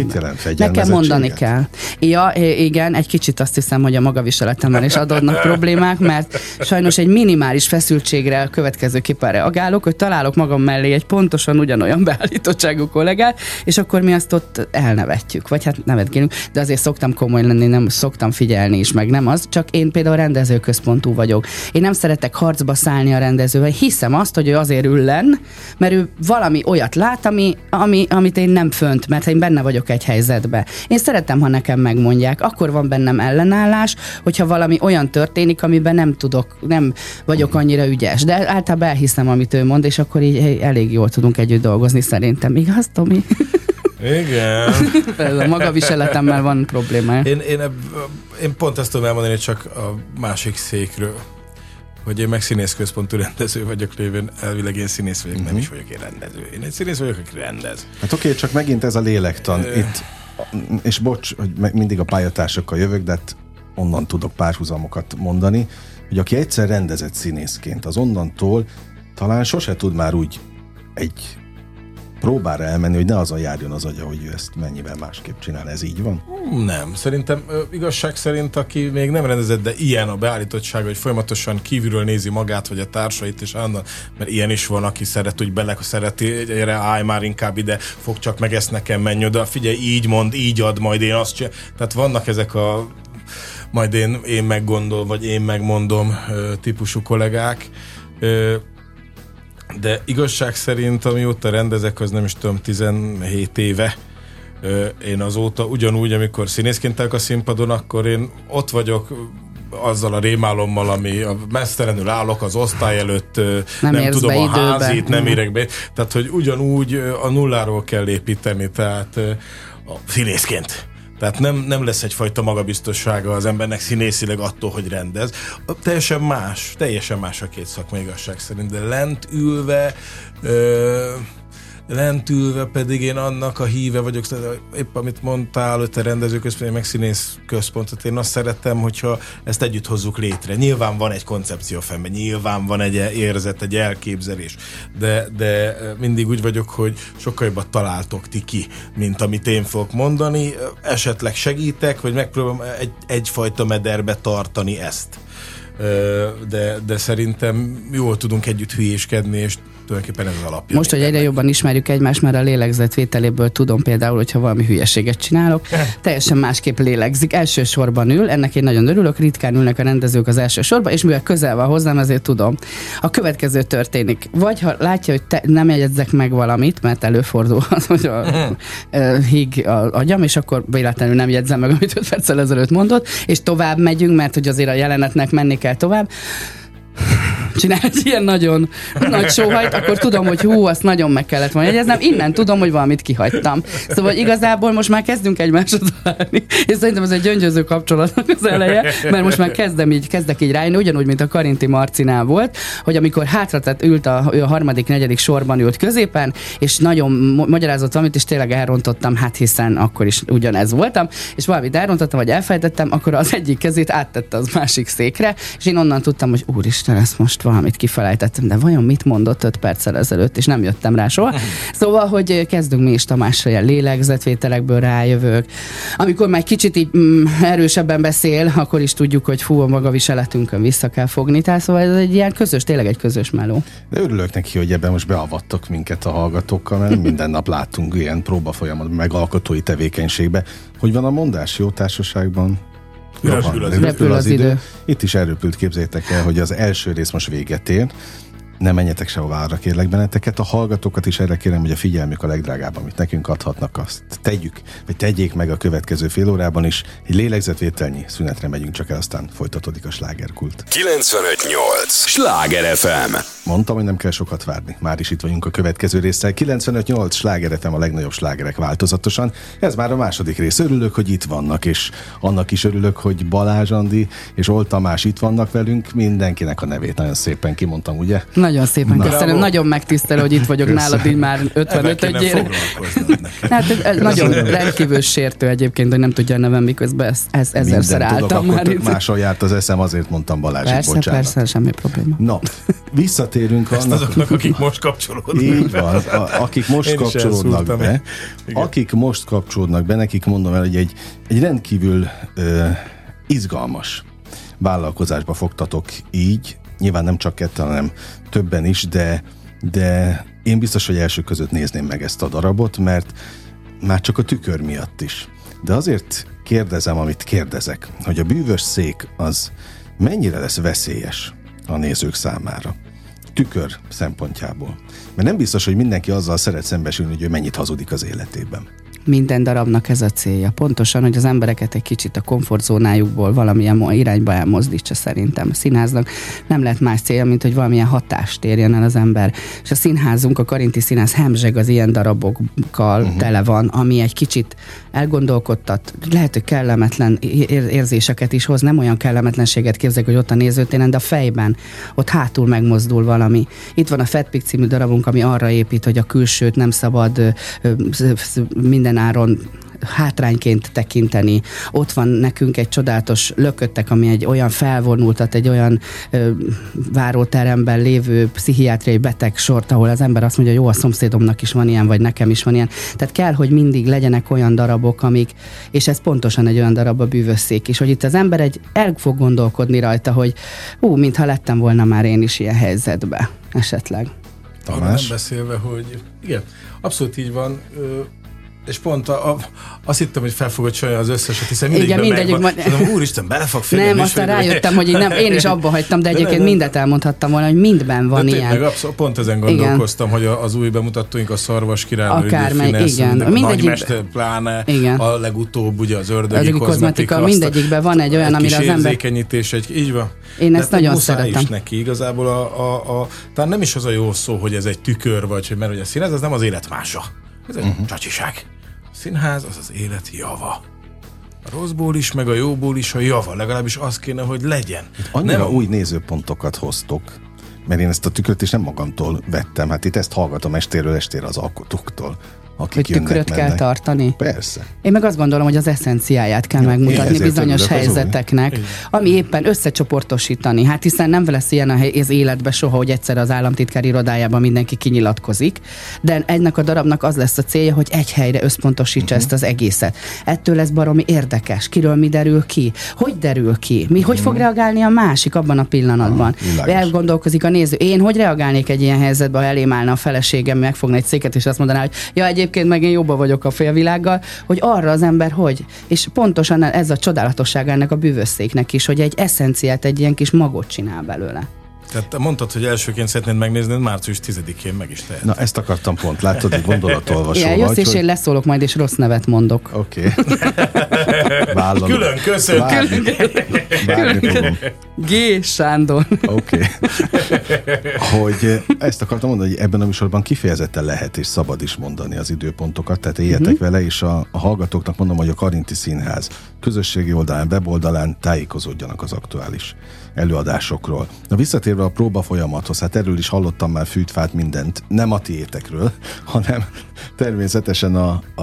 kell. Ja, igen, egy kicsit azt hiszem, hogy a magaviseletemben is adódnak problémák, mert sajnos egy minimális feszültségre következőképpen reagálok, hogy találok magam mellé egy pontosan ugyanolyan beállítottságú kollégát, és akkor mi azt ott elnevetjük, vagy hát nevetgélünk, de azért szoktam komoly lenni, nem szoktam figyelni is, meg nem az, csak én például rendezőközpontú vagyok. Én nem szeretek harcba szállni a rendezővel, hiszem azt, hogy ő azért ül lenn, mert ő valami olyat lát, amit én nem fönt, mert én benne vagyok egy helyzetbe. Én szeretem, ha nekem megmondják, akkor van bennem ellenállás, hogyha valami olyan történik, amiben nem vagyok annyira ügyes, de általában elhiszem, amit ő mond, és akkor így elég jól tudunk együtt dolgozni szerintem. Igaz, Tomi? Igen. A magaviseletemmel van probléma. Én pont ezt tudom elmondani, csak a másik székről, hogy én meg színészközpontú rendező vagyok, lévén elvileg én színész vagyok, nem is vagyok én rendező. Én egy színész vagyok, aki rendez. Hát oké, csak megint ez a lélektan. Itt, és bocs, hogy mindig a pályatársakkal jövök, de hát onnan tudok párhuzamokat mondani, hogy aki egyszer rendezett színészként, az onnantól talán sose tud már úgy egy próbára elmenni, hogy ne azon járjon az agya, hogy ő ezt mennyivel másképp csinál. Ez így van? Nem. Szerintem igazság szerint, aki még nem rendezett, de ilyen a beállítottsága, hogy folyamatosan kívülről nézi magát, vagy a társait, és állandóan, mert ilyen is van, aki szeret, úgy szereti, gyere, állj már inkább ide, fog csak meg ezt nekem, menj oda, figyelj, így mond, így ad, majd én azt csinálom. Tehát vannak ezek a majd én meggondol, vagy én megmondom típusú kollégák. De igazság szerint, amióta rendezek, az nem is tudom, 17 éve, én azóta ugyanúgy, amikor színészként állok a színpadon, akkor én ott vagyok azzal a rémálommal, ami mesztelenül állok az osztály előtt, nem tudom a házit, nem érek be. Tehát, hogy ugyanúgy a nulláról kell építeni, tehát a színészként. Tehát nem lesz egyfajta magabiztossága az embernek színészileg attól, hogy rendez. Teljesen más a két szakma igazság szerint, de lent ülve pedig én annak a híve vagyok, épp amit mondtál, hogy te rendezőközpont, meg színész központot, én azt szeretem, hogyha ezt együtt hozzuk létre. Nyilván van egy koncepció fennben, nyilván van egy érzet, egy elképzelés, de mindig úgy vagyok, hogy sokkal jobban találtok ti ki, mint amit én fogok mondani. Esetleg segítek, vagy megpróbálom egyfajta mederbe tartani ezt. De szerintem jól tudunk együtt hülyéskedni, és tulajdonképpen ez az alapja. Most, hogy egyre jobban ismerjük egymást, már a lélegzetvételéből tudom például, hogyha valami hülyeséget csinálok, teljesen másképp lélegzik, elsősorban ül, ennek én nagyon örülök, ritkán ülnek a rendezők az első sorban, és mivel közel van hozzám, ezért tudom. A következő történik. Vagy ha látja, hogy te nem jegyezzek meg valamit, mert előfordul az, hogy híg az agyam, és akkor véletlenül nem jegyzem meg, amit 5 perccel ezelőtt mondott, és tovább megyünk, mert hogy azért a jelenetnek menni kell tovább. Csinál egy ilyen nagyon nagy sóhajt, akkor tudom, hogy azt nagyon meg kellett volna jegyeznem, innen tudom, hogy valamit kihagytam. Szóval igazából most már kezdünk egymásra találni, és szerintem ez egy gyöngyöző kapcsolatnak az eleje, mert most már kezdek így rájönni, ugyanúgy, mint a Karinti Marcinál volt, hogy amikor hátratett ült ő a harmadik, negyedik sorban ült középen, és nagyon magyarázott valamit, és tényleg elrontottam, hát hiszen akkor is ugyanez voltam, és valamit elrontottam, vagy elfejtettem, akkor az egyik kezét áttette az másik székre, és én onnan tudtam, hogy úristen, ezt most valamit kifelejtettem, de vajon mit mondott 5 perccel ezelőtt, és nem jöttem rá soha. Szóval, hogy kezdünk mi is Tamásra ilyen lélegzetvételekből rájövök. Amikor már kicsit így erősebben beszél, akkor is tudjuk, hogy a maga viseletünkön vissza kell fogni. Tehát szóval ez egy ilyen tényleg egy közös meló. De örülök neki, hogy ebben most beavattok minket a hallgatókkal, mert minden nap látunk ilyen próbafolyamatban, meg alkotói tevékenységbe. Hogy van a mondás jó társaságban? Repül az idő. Itt is elröpült, képzeljétek el, hogy az első rész most véget ér. Nem menjetek sehová, arra kérlek benneteket. A hallgatókat is erre kérem, hogy a figyelmük a legdrágább, amit nekünk adhatnak, azt tegyék meg a következő fél órában is. Egy lélegzetvételnyi szünetre megyünk csak el, aztán folytatódik a slágerkult. 95.8 Sláger FM. Mondtam, hogy nem kell sokat várni. Már is itt vagyunk a következő résszel. 95.8 Sláger FM, a legnagyobb slágerek változatosan. Ez már a második rész. Örülök, hogy itt vannak, és annak is örülök, hogy Balázs Andi és Old Tamás itt vannak velünk. Mindenkinek a nevét nagyon szépen kimondtam, ugye? Nagyon szépen köszönöm, nagyon megtisztelő, hogy itt vagyok nálad így már 55-ödjére. Hát nagyon rendkívül sértő egyébként, hogy nem tudja a nevem, miközben ezt ezerszer álltam már itt. Máshol járt az eszem, azért mondtam Balázsik, bocsánat. Persze, semmi probléma. Na, visszatérünk annak, azoknak, akik most kapcsolódnak. Így van, akik most kapcsolódnak be. Akik most kapcsolódnak be, nekik mondom el, hogy egy rendkívül izgalmas vállalkozásba fogtatok így. Nyilván nem csak ketten, hanem többen is, de én biztos, hogy első között nézném meg ezt a darabot, mert már csak a tükör miatt is. De azért kérdezem, amit kérdezek, hogy a bűvös szék az mennyire lesz veszélyes a nézők számára. Tükör szempontjából. Mert nem biztos, hogy mindenki azzal szeret szembesülni, hogy ő mennyit hazudik az életében. Minden darabnak ez a célja. Pontosan, hogy az embereket egy kicsit a komfortzónájukból valamilyen irányba elmozdítsa szerintem. A színháznak nem lehet más célja, mint hogy valamilyen hatást érjen el az ember. És a színházunk, a Karinti Színház hemzseg az ilyen darabokkal tele van, ami egy kicsit elgondolkodtat, lehet, hogy kellemetlen érzéseket is hoz, nem olyan kellemetlenséget képzeljük, hogy ott a nézőtéren, de a fejben, ott hátul megmozdul valami. Itt van a Fetpik című darabunk, ami arra épít, hogy a külsőt nem szabad minden áron hátrányként tekinteni. Ott van nekünk egy csodálatos Lököttek, ami egy olyan felvonultat, egy olyan váróteremben lévő pszichiátriai betegsort, ahol az ember azt mondja, jó, a szomszédomnak is van ilyen, vagy nekem is van ilyen. Tehát kell, hogy mindig legyenek olyan darabok, amik, és ez pontosan egy olyan darab a bűvös szék is, hogy itt az ember el fog gondolkodni rajta, hogy mintha lettem volna már én is ilyen helyzetbe, esetleg. Tamás? Nem beszélve, hogy igen, abszolút így van. És pont azt hittem, hogy fel fogod csinálni az összeset, hiszen mindegyikben megvan. Úristen, bele fog férni. Nem, aztán rájöttem, hogy én is abba hagytam, de egyébként mindet elmondhattam volna, hogy mindben van ilyen. Tényleg, pont ezen gondolkoztam, hogy az új bemutatóink, a Szarvas Királynő, igen. A Nagymester pláne, igen. A legutóbb ugye az ördögi kozmetika. Mindegyikben van egy olyan, amire az ember... érzékenyítés, így van. Én ezt nagyon szeretem. Is neki igazából talán nem is az a jó szó, hogy ez egy tükör, vagy mert hogy a színház, ez nem az élet mása. Ez egy csacsiság. A színház az az élet java. A rosszból is, meg a jóból is a java. Legalábbis az kéne, hogy legyen. Annyira új nézőpontokat hoztok, mert én ezt a tükröt is nem magamtól vettem. Hát itt ezt hallgatom estéről estére az alkotóktól. Hogy tükröt kell tartani? Persze. Én meg azt gondolom, hogy az eszenciáját kell megmutatni bizonyos helyzeteknek, ami éppen összecsoportosítani. Hát hiszen nem lesz ilyen az életben soha, hogy egyszer az államtitkár irodájában mindenki kinyilatkozik, de ennek a darabnak az lesz a célja, hogy egy helyre összpontosítsa ezt az egészet. Ettől lesz baromi érdekes. Kiről mi derül ki? Hogy derül ki? Hogy fog reagálni a másik abban a pillanatban? Elgondolkozik a néző. Én hogy reagálnék egy ilyen helyzetben, ha elém állna a feleségem, megfogna egy széket, és azt mondaná, hogy ja, egyébként meg én jobban vagyok a félvilággal, hogy arra az ember hogy. És pontosan ez a csodálatossága ennek a bűvösszéknek is, hogy egy eszenciát, egy ilyen kis magot csinál belőle. Tehát mondtad, hogy elsőként szeretnéd megnézni, március 10-én meg is tehet. Na, ezt akartam pont. Látod, hogy gondolatolvasó vagy. Jössz, és én leszólok majd, és rossz nevet mondok. Oké. Vállalom. Külön köszönöm. Várni fogom. G. Sándor. Oké. Hogy ezt akartam mondani, hogy ebben a műsorban kifejezetten lehet és szabad is mondani az időpontokat, tehát éljetek vele, és a hallgatóknak mondom, hogy a Karinti Színház közösségi oldalán, weboldalán tájékozódjanak az aktuális előadásokról. Na, visszatérve a próba folyamathoz, hát erről is hallottam már fűtfát mindent, nem a tiétekről, hanem természetesen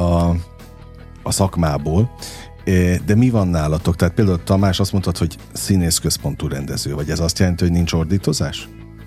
a szakmából. De mi van nálatok? Tehát például Tamás azt mondtad, hogy színészközpontú rendező, vagy ez azt jelenti, hogy nincs ordítozás?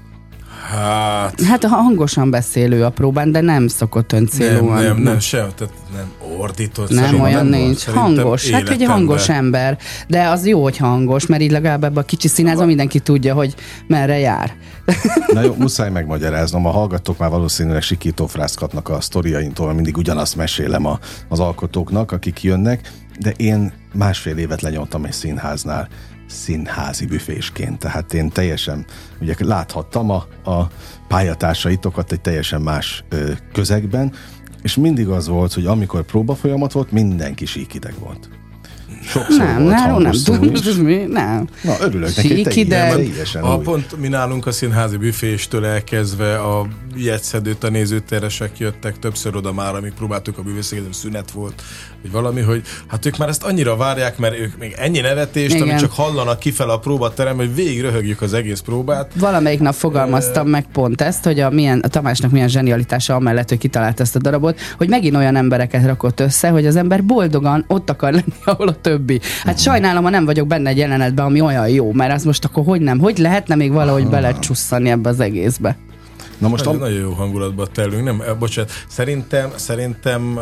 Hát hangosan beszélő a próbán, de nem szokott öncélúan. Nem, sem, tehát nem ordítozás. Nem, olyan nincs. Hangos, hát egy hangos ember. De az jó, hogy hangos, mert így legalább ebben a kicsi színházban mindenki tudja, hogy merre jár. Na jó, muszáj megmagyaráznom. A hallgatók már valószínűleg sikítófrászt kapnak a sztoriaimtól, mindig ugyanazt mesélem az alkotóknak, akik jönnek, de én 1,5 évet lenyomtam egy színháznál színházi büfésként, tehát én teljesen, ugye láthattam a pályatársaitokat egy teljesen más közegben, és mindig az volt, hogy amikor próbafolyamat volt, mindenki síkideg volt. Sokszor nem, volt hangos szó is. Nem. Na, örülök neki, teljesen új. Pont mi nálunk a színházi büféstől elkezdve a jegyszedő tanézőteresek jöttek többször oda már, amíg próbáltuk a bűvészeket, szünet volt, vagy valami, hogy hát ők már ezt annyira várják, mert ők még ennyi nevetést, amit csak hallanak kifele a próbaterem, hogy végig röhögjük az egész próbát. Valamelyik nap fogalmaztam meg pont ezt, hogy a Tamásnak milyen zsenialitása amellett, hogy kitalált ezt a darabot, hogy megint olyan embereket rakott össze, hogy az ember boldogan ott akar lenni, ahol a többi. Hát sajnálom, ha nem vagyok benne egy jelenetben, ami olyan jó, mert az most akkor hogy lehetne még valahogy belecsusszani ebbe az egészbe. Na most nagyon jó hangulatban tellünk, nem? Bocsánat, szerintem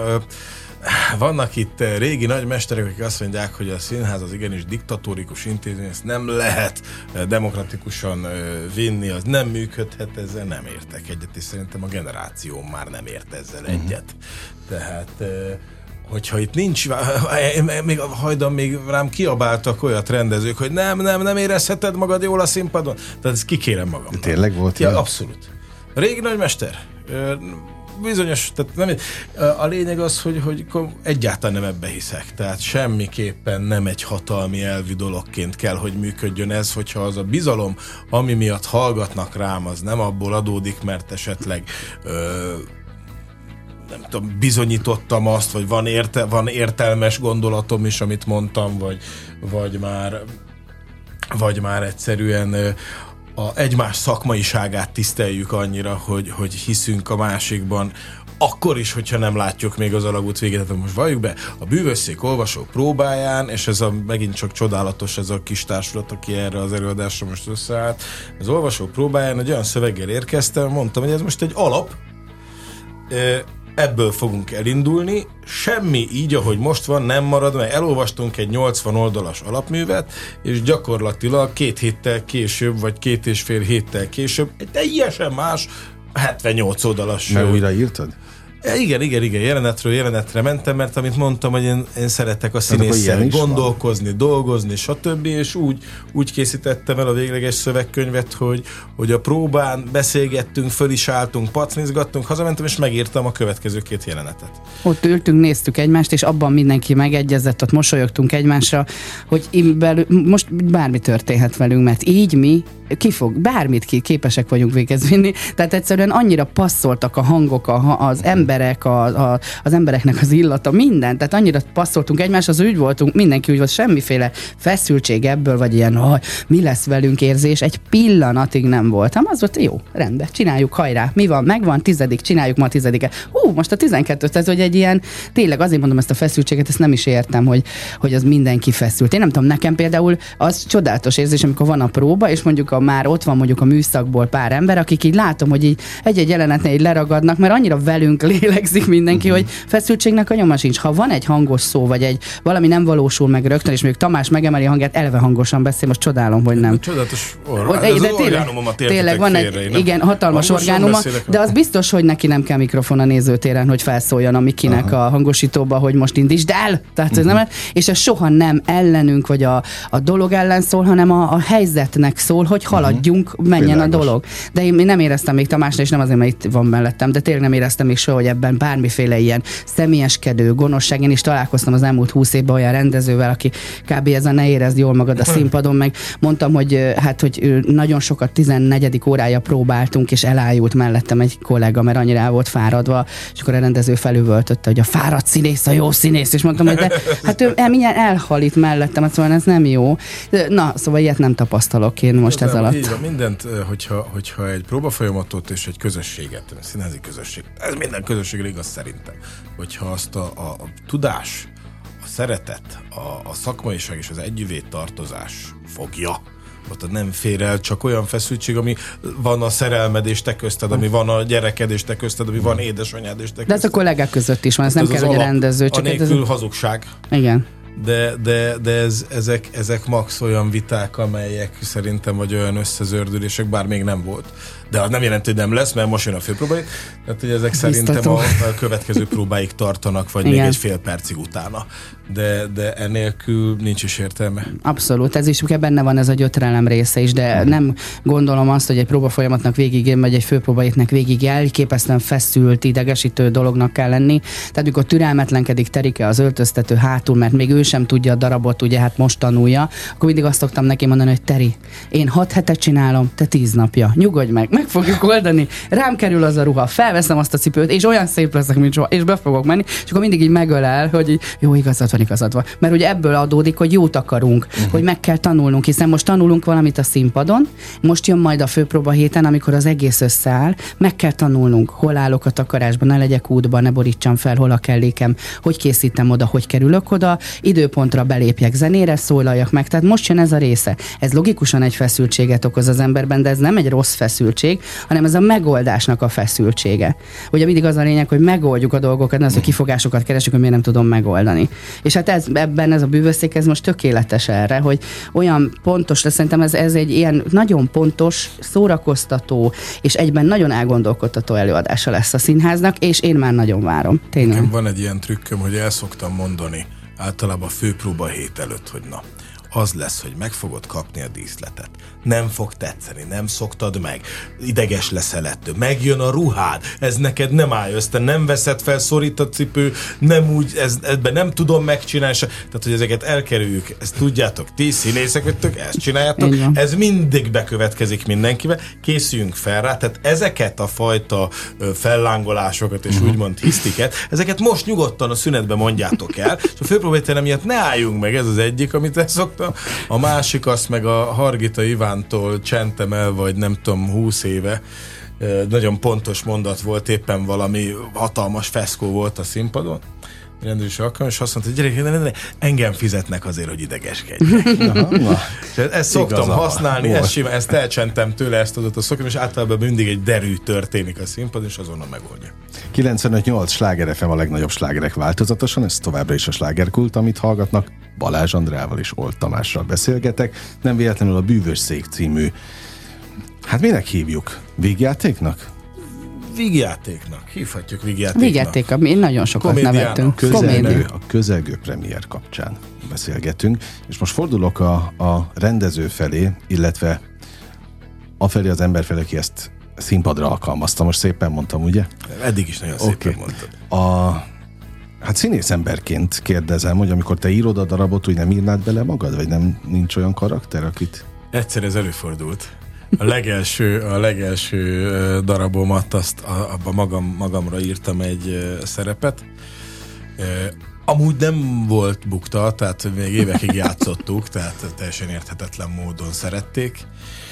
vannak itt régi nagymesterek, akik azt mondják, hogy a színház az igenis diktatórikus intézmény, ezt nem lehet demokratikusan vinni, az nem működhet, ezzel nem értek egyet, és szerintem a generáció már nem ért ezzel egyet. Tehát hogyha itt nincs, még a hajdan még rám kiabáltak olyat rendezők, hogy nem érezheted magad jól a színpadon. Tehát ezt kikérem magam. Tényleg volt? Ja, abszolút. Régi nagymester. Bizonyos, tehát nem, a lényeg az, hogy egyáltalán nem ebbe hiszek. Tehát semmiképpen nem egy hatalmi elvű dologként kell, hogy működjön ez, hogyha az a bizalom, ami miatt hallgatnak rám, az nem abból adódik, mert esetleg nem tudom, bizonyítottam azt, vagy van értelmes gondolatom is, amit mondtam, vagy már egyszerűen egymás szakmaiságát tiszteljük annyira, hogy hiszünk a másikban, akkor is, hogyha nem látjuk még az alagút végét. Tehát most valljuk be, a bűvösszék olvasók próbáján, és ez megint csak csodálatos ez a kis társulat, aki erre az előadásra most összeállt, az olvasók próbáján egy olyan szöveggel érkeztem, mondtam, hogy ez most egy alap, ebből fogunk elindulni, semmi így, ahogy most van, nem marad, mert elolvastunk egy 80 oldalas alapművet, és gyakorlatilag 2 héttel később, vagy 2,5 héttel később egy teljesen más 78 oldalas. Mert újra írtad? Igen, jelenetről jelenetre mentem, mert amit mondtam, hogy én szeretek a színésszel gondolkozni, dolgozni, stb. És úgy készítettem el a végleges szövegkönyvet, hogy a próbán beszélgettünk, föl is álltunk, pacnizgattunk, hazamentem, és megírtam a következő 2 jelenetet. Ott ültünk, néztük egymást, és abban mindenki megegyezett, ott mosolyogtunk egymásra, hogy most bármi történhet velünk, mert így mi bármit képesek vagyunk véghez vinni. Tehát egyszerűen annyira passzoltak a hangok, az emberek, az embereknek az illata, minden. Tehát annyira passzoltunk egymáshoz, úgy voltunk, mindenki úgy volt, semmiféle feszültség ebből, vagy ilyen, mi lesz velünk érzés, egy pillanatig nem voltam. Az volt, jó, rendben, csináljuk, hajrá. Mi van, megvan, 10, csináljuk ma a 10-et. Most a 12-t, ez hogy egy ilyen, tényleg azért mondom ezt a feszültséget, ezt nem is értem, hogy az mindenki feszült. Én nem tudom, nekem például az csodálatos érzés, amikor van a próba, és mondjuk már ott van mondjuk a műszakból pár ember, akik így látom, hogy így egy-egy jelenetnél így leragadnak, mert annyira velünk lélegzik mindenki, hogy feszültségnek a nyoma sincs. Ha van egy hangos szó, vagy valami nem valósul meg rögtön, és mondjuk Tamás megemeli a hangját, eleve hangosan beszél, most csodálom, hogy nem. Csodálatos orgánumomat tényleg van egy, igen, hatalmas orgánuma, de az biztos, hogy neki nem kell mikrofon a nézőtéren, hogy felszóljon a Mikinek a hangosítóba, hogy most indítsd el. Tehát ez nem, és ez soha nem ellenünk, vagy a dolog ellen szól, hanem a helyzetnek szól, hogy haladjunk, menjen a dolog. De én nem éreztem még Tamásnál, és nem azért, mert itt van mellettem, de tényleg nem éreztem még soha, hogy ebben bármiféle ilyen személyeskedő, gonoszság. Én is találkoztam az elmúlt 20 évben olyan rendezővel, aki kb. Ez a ne érezd jól magad a színpadon, meg mondtam, hogy hogy nagyon sokat 14. órája próbáltunk, és elájult mellettem egy kollega, mert annyira el volt fáradva, és akkor a rendező felüvöltötte, hogy a fáradt színész a jó színész, és mondtam, hogy de hát ő mindjárt elhalít mellettem, szóval ez nem jó. Na, szóval ilyet nem tapasztalok én most ez alatt. Így van, mindent, hogyha egy próbafolyamatot és egy közösséget, egy színházi közösség, ez minden közösségre igaz szerintem, hogyha azt a tudás, a szeretet, a szakmaiság és az együvé tartozás fogja, ott nem fér el csak olyan feszültség, ami van a szerelmed és te közted, ami van a gyereked és te közted, ami van édesanyád és te közted. De ez a kollégák között is van, ez nem kell, hogy a rendező. Csak anélkül hazugság. Igen. De ezek max olyan viták, amelyek szerintem vagy olyan összezördülések, bár még nem volt. De az nem jelenti, hogy nem lesz, mert most jön a főpróbáig. Tehát, hogy ezek szerintem a következő próbáig tartanak, vagy igen, még egy fél percig utána. De enélkül nincs is értelme. Abszolút, ez is benne van ez a gyötrelem része is, de nem gondolom azt, hogy egy próbafolyamatnak végig, vagy egy főpróbaitnek végig elképesztően feszült, idegesítő dolognak kell lenni. Tehát amikor türelmetlenkedik Terike az öltöztető hátul, mert még ő sem tudja a darabot, ugye hát most tanulja, akkor mindig azt szoktam neki mondani, hogy Teri, én 6 hetet csinálom, te 10 napja. Nyugodj meg fogjuk oldani, rám kerül az a ruha, felveszem azt a cipőt, és olyan szép leszek, mint soha, és be fogok menni, és akkor mindig így megölel, hogy így, jó, igazad van. Mert ugye ebből adódik, hogy jót akarunk, hogy meg kell tanulnunk, hiszen most tanulunk valamit a színpadon, most jön majd a főpróba héten, amikor az egész összeáll, meg kell tanulnunk, hol állok a takarásban, ne legyek útban, ne borítsam fel, hol a kellékem, hogy készítem oda, hogy kerülök oda, időpontra belépjek, zenére szólaljak meg, tehát most jön ez a része. Ez logikusan egy feszültséget okoz az emberben, de ez nem egy rossz feszültség, hanem ez a megoldásnak a feszültsége. Ugye mindig az a lényeg, hogy megoldjuk a dolgokat, nem az, hogy kifogásokat keresünk, hogy miért nem tudom megoldani. És hát ebben ez a bűvösszék, ez most tökéletes erre, hogy olyan pontos lesz, szerintem ez egy ilyen nagyon pontos, szórakoztató, és egyben nagyon elgondolkodtató előadása lesz a színháznak, és én már nagyon várom. Tényleg. Nekem van egy ilyen trükköm, hogy el szoktam mondani, általában a főpróba hét előtt, hogy na, az lesz, hogy meg fogod kapni a díszletet. Nem fog tetszeni, nem szoktad meg, ideges leszel ettől, megjön a ruhád, ez neked nem áll össze, nem veszed fel, szorít a cipő, nem úgy, ebben nem tudom megcsinálni, tehát, hogy ezeket elkerüljük, ezt tudjátok, ti színészek vagytok, ezt csináljátok, ez mindig bekövetkezik mindenkivel, készüljünk fel rá, tehát ezeket a fajta fellángolásokat és úgymond hisztiket, ezeket most nyugodtan a szünetben mondjátok el, és a főpróbatéren miatt ne álljunk meg, ez az egyik, amit elszoktam. A másik, azt meg a Hargita Ivántól csentem el, vagy nem tudom, 20 éve. Nagyon pontos mondat volt, éppen valami hatalmas feszkó volt a színpadon. Rendőrös alkalom, és azt mondta, hogy gyerekek, engem fizetnek azért, hogy idegeskedjek. Ezt szoktam használni, ezt elcsentem tőle, ezt adott a szokom, és általában mindig egy derű történik a színpadon, és azonnal megoldja. 95.8 Sláger FM a legnagyobb slágerek változatosan, ez továbbra is a Slágerkult, amit hallgatnak. Balázs Andrával és Old Tamással beszélgetek. Nem véletlenül a Bűvösszék című, hát minek hívjuk? Végjátéknak? vígjátéknak. Hívhatjuk vígjátéknak. Vígjáték, én nagyon sokat nevettünk. A közelgő premier kapcsán beszélgetünk, és most fordulok a rendező felé, illetve afelé az ember felé, aki ezt színpadra alkalmazta. Most szépen mondtam, ugye? Eddig is nagyon szépen mondtad. Hát színész emberként kérdezem, hogy amikor te írod a darabot, úgy nem írnád bele magad? Vagy nincs olyan karakter, akit... Egyszer ez előfordult. A legelső darabomat, abban magamra írtam egy szerepet. Amúgy nem volt bukta, tehát még évekig játszottuk, tehát teljesen érthetetlen módon szerették.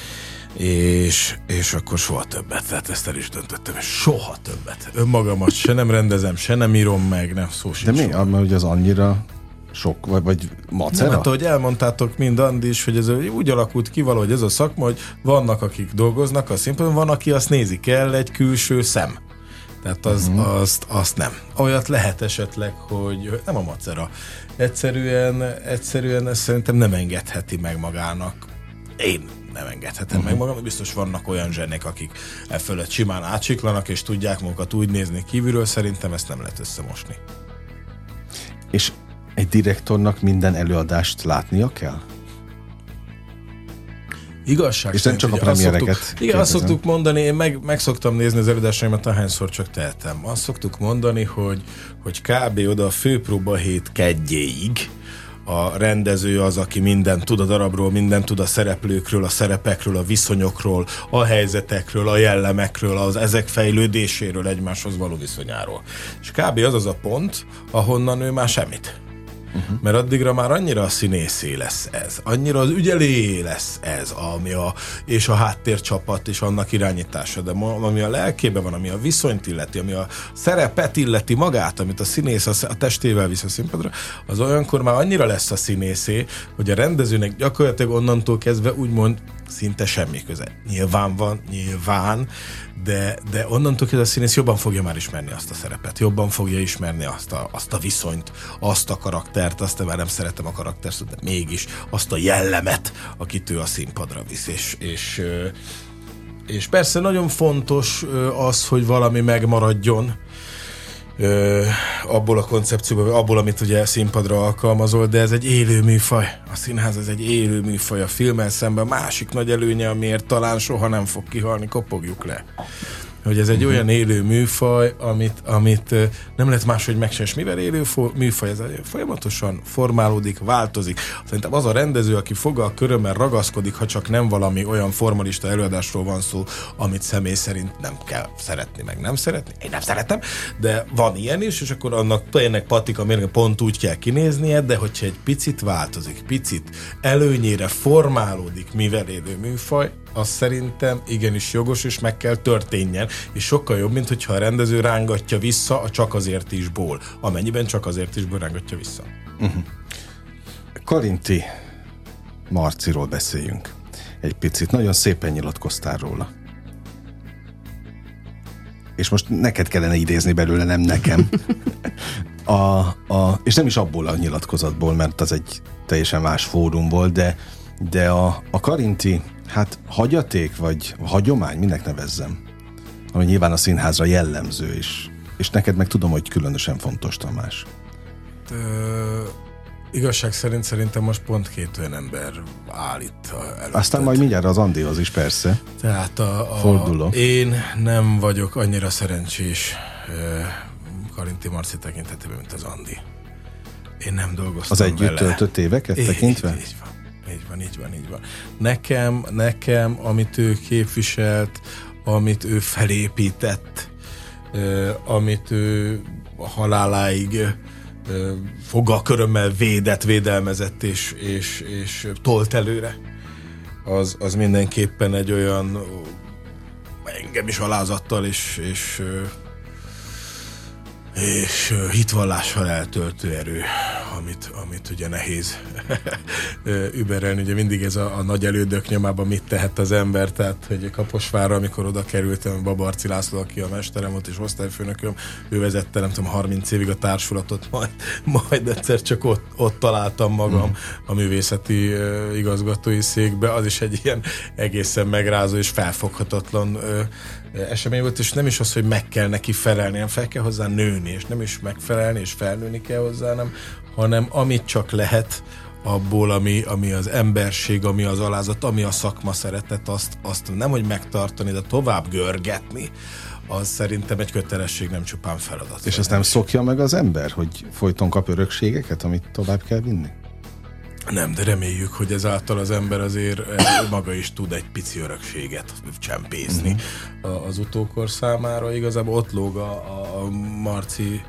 És akkor soha többet, tehát ezt el is döntöttem, és soha többet. Önmagamat se nem rendezem, se nem írom meg, nem szó sincs. De mi? Mert ugye az annyira sok, vagy macera? Nem, hát ahogy elmondtátok mind Andi is, hogy ez úgy alakult ki valahogy ez a szakma, hogy vannak, akik dolgoznak a színpadon, van, aki azt nézi, kell egy külső szem. Tehát azt nem. Olyat lehet esetleg, hogy nem a macera. Egyszerűen ezt szerintem nem engedheti meg magának. Én nem engedhetem meg magam, biztos vannak olyan zsenek, akik e fölött simán átsiklanak, és tudják magukat úgy nézni kívülről, szerintem ezt nem lehet összemosni. És egy direktornak minden előadást látnia kell? Igazság és nem csak a premiereket. Igen, azt szoktuk mondani, én meg szoktam nézni az előadásaimat, ahányszor csak tehetem. Azt szoktuk mondani, hogy kb. Oda a főpróba hét kedjéig a rendező az, aki mindent tud a darabról, mindent tud a szereplőkről, a szerepekről, a viszonyokról, a helyzetekről, a jellemekről, az ezek fejlődéséről, egymáshoz való viszonyáról. És kb. Az a pont, ahonnan ő már semmit. Mert addigra már annyira a színészé lesz ez, annyira az ügyelé lesz ez, és a háttércsapat és annak irányítása, de ami a lelkében van, ami a viszonyt illeti, ami a szerepet illeti magát, amit a színész a testével visz a színpadra, az olyankor már annyira lesz a színészé, hogy a rendezőnek gyakorlatilag onnantól kezdve úgymond szinte semmi köze. Nyilván, de onnantól kezdve a színész jobban fogja már ismerni azt a szerepet, jobban fogja ismerni azt a viszonyt, azt a karaktert, azt már nem szeretem a karaktert, de mégis azt a jellemet, akit ő a színpadra visz. És persze nagyon fontos az, hogy valami megmaradjon abból a koncepcióból, abból, amit ugye színpadra alkalmazol, de ez egy élő műfaj. A színház ez egy élő műfaj. A filmmel szemben másik nagy előnye, amiért talán soha nem fog kihalni, kopogjuk le. Hogy ez egy olyan élő műfaj, amit nem lehet máshogy megcsinálni. Mivel élő műfaj, ez folyamatosan formálódik, változik. Szerintem az a rendező, aki foggal körömmel ragaszkodik, ha csak nem valami olyan formalista előadásról van szó, amit személy szerint nem kell szeretni, meg nem szeretni. Én nem szeretem, de van ilyen is, és akkor annak tényleg patika mérge pont úgy kell kinéznie, de hogyha egy picit változik, picit előnyére formálódik, mivel élő műfaj, az szerintem igenis jogos, és meg kell történjen, és sokkal jobb, mint hogyha a rendező rángatja vissza a csak azért isból, amennyiben csak azért isból rángatja vissza. Karinti Marciról beszéljünk egy picit. Nagyon szépen nyilatkoztál róla. És most neked kellene idézni belőle, nem nekem. És nem is abból a nyilatkozatból, mert az egy teljesen más fórum volt, de a Karinti hagyaték, vagy hagyomány, minek nevezzem, ami nyilván a színházra jellemző, és neked meg tudom, hogy különösen fontos, Tamás. Igazság szerint szerintem most pont két olyan ember áll itt előtted. Aztán majd mindjárt az Andihoz is, persze. Tehát fordulok. Én nem vagyok annyira szerencsés Karinti Marci tekintetében, mint az Andi. Én nem dolgoztam az együtt töltött éveket tekintve? Így van. Nekem, amit ő képviselt, amit ő felépített, amit ő a haláláig foggalkörömmel védelmezett és tolt előre, az mindenképpen egy olyan engem is alázattal és hitvallással eltöltő erő, amit ugye nehéz überelni. Ugye mindig ez a nagy elődök nyomában mit tehet az ember, tehát hogy Kaposvárra, amikor oda kerültem, Babarci László, aki a mesterem volt és osztályfőnököm, ő vezette, nem tudom, 30 évig a társulatot, majd egyszer csak ott találtam magam a művészeti igazgatói székbe. Az is egy ilyen egészen megrázó és felfoghatatlan esemény volt, és nem is az, hogy meg kell neki felelni, hanem fel kell hozzá nőni, és nem is megfelelni, és felnőni kell hozzá, hanem amit csak lehet abból, ami az emberség, ami az alázat, ami a szakma szeretet, azt nem, hogy megtartani, de tovább görgetni, az szerintem egy kötelesség, nem csupán feladat. És azt nem szokja meg az ember, hogy folyton kap örökségeket, amit tovább kell vinni? Nem, de reméljük, hogy ezáltal az ember azért maga is tud egy pici örökséget csempészni az utókor számára. Igazából ott lóg a Marci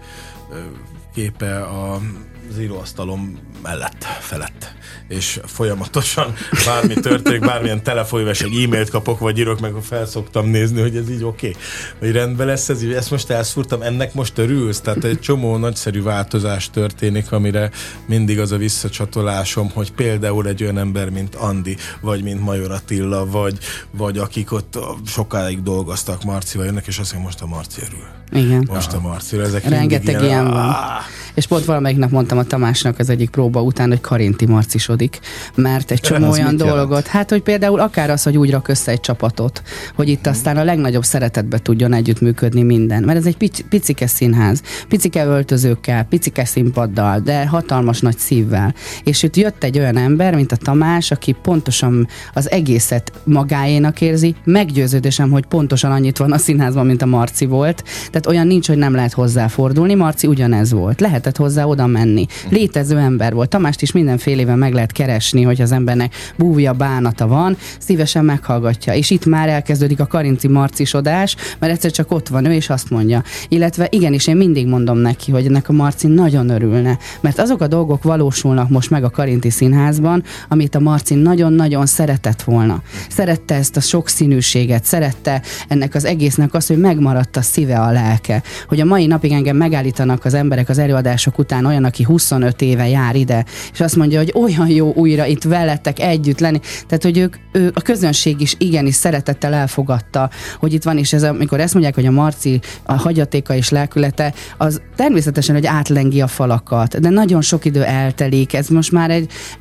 képe az íróasztalom mellett, felett. És folyamatosan bármi történik, bármilyen telefonhívás, egy e-mailt kapok, vagy írok meg, fel szoktam nézni, hogy ez így oké. Hogy rendben lesz ez, ezt most elszúrtam, ennek most örülsz? Tehát egy csomó nagyszerű változás történik, amire mindig az a visszacsatolásom, hogy például egy olyan ember, mint Andi, vagy mint Major Attila, vagy akik ott sokáig dolgoztak Marcival jönnek, és azt mondja, most a Marci örül. Igen. Most a Marcival. Ezek rengeteg ilyen van. És pont valamelyik nap mondtam a Tamásnak az egyik próba után, hogy Karinti marcisodik, mert egy csomó olyan dolgot, jelent? Hát, hogy például akár az, hogy úgy rak össze egy csapatot, hogy itt aztán a legnagyobb szeretetbe tudjon együttműködni minden, mert ez egy picike színház, picike öltözőkkel, picike színpaddal, de hatalmas nagy szívvel. És itt jött egy olyan ember, mint a Tamás, aki pontosan az egészet magáénak érzi, meggyőződésem, hogy pontosan annyit van a színházban, mint a Marci volt, tehát olyan nincs, hogy nem lehet hozzáfordulni, Marci ugyanez volt. Lehetett hozzá oda menni. Létező ember volt. Tamást is mindenfélével meg lehet keresni, hogy az embernek búvja, bánata van, szívesen meghallgatja. És itt már elkezdődik a Karinti marcisodás, mert egyszer csak ott van ő, és azt mondja. Illetve igenis, én mindig mondom neki, hogy ennek a Marci nagyon örülne, mert azok a dolgok valósulnak most meg a Karinti Színházban, amit a Marci nagyon-nagyon szeretett volna. Szerette ezt a sokszínűséget, szerette ennek az egésznek azt, hogy megmaradt a szíve, a lelke. Hogy a mai napig engem megállítanak az emberek az előadások után, olyan, aki 25 éve jár ide, és azt mondja, hogy olyan jó újra itt veletek együtt lenni. Tehát, hogy ő a közönség is igenis szeretettel elfogadta, hogy itt van, és ez, amikor ezt mondják, hogy a Marci a hagyatéka és lelkülete, az természetesen, hogy átlengi a falakat, de nagyon sok idő eltelik, ez most már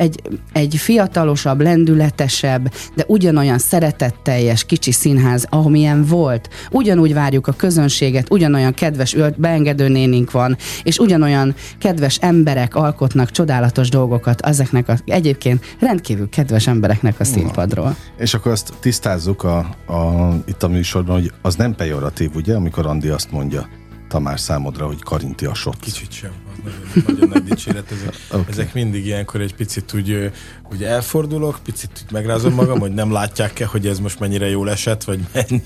egy fiatalosabb, lendületesebb, de ugyanolyan szeretetteljes kicsi színház, amilyen volt. Ugyanúgy várjuk a közönséget, ugyanolyan kedves beengedő nénink van, és ugyanolyan kedves emberek alkotnak csodálatos dolgokat ezeknek egyébként rendkívül kedves embereknek a színpadról. És akkor azt tisztázzuk itt a műsorban, hogy az nem pejoratív, ugye, amikor Andi azt mondja Tamás számodra, hogy Karinti a sot. Kicsit sem, az nagyon nagy dicséret. Ezek mindig ilyenkor egy picit úgy elfordulok, picit megrázom magam, hogy nem látják-e, hogy ez most mennyire jól esett, vagy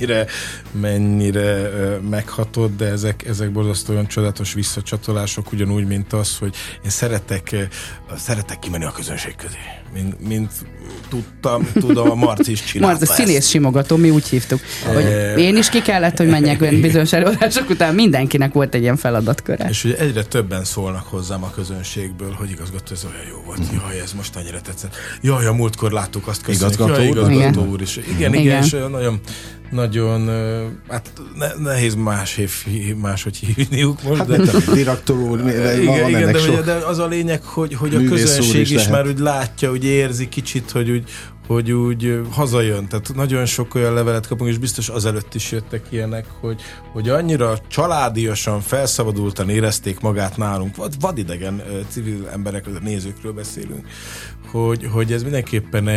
mennyire meghatott, de ezek borzasztó olyan csodálatos visszacsatolások, ugyanúgy, mint az, hogy én szeretek kimenni a közönség közé. Mint tudom, a Marci is csinálta ezt. Színész simogató, mi úgy hívtuk. Hogy én is ki kellett, hogy menjek olyan bizonyos előadások után, mindenkinek volt egy ilyen feladatköre. És ugye egyre többen szólnak hozzám a közönségből, hogy igazgató, ez olyan jó volt, jaj, ez most annyira tetszett. Jaj, a múltkor láttuk, azt köszönjük. Igazgató úr is. Igen, és nagyon, hát nehéz máshogy hívniuk most. Hát de direktor úr, de az a lényeg, hogy a közönség is már úgy látja, úgy érzi kicsit, hogy úgy hazajön. Tehát nagyon sok olyan levelet kapunk, és biztos azelőtt is jöttek ilyenek, hogy annyira családiasan, felszabadultan érezték magát nálunk, vadidegen civil emberek, nézőkről beszélünk, hogy ez mindenképpen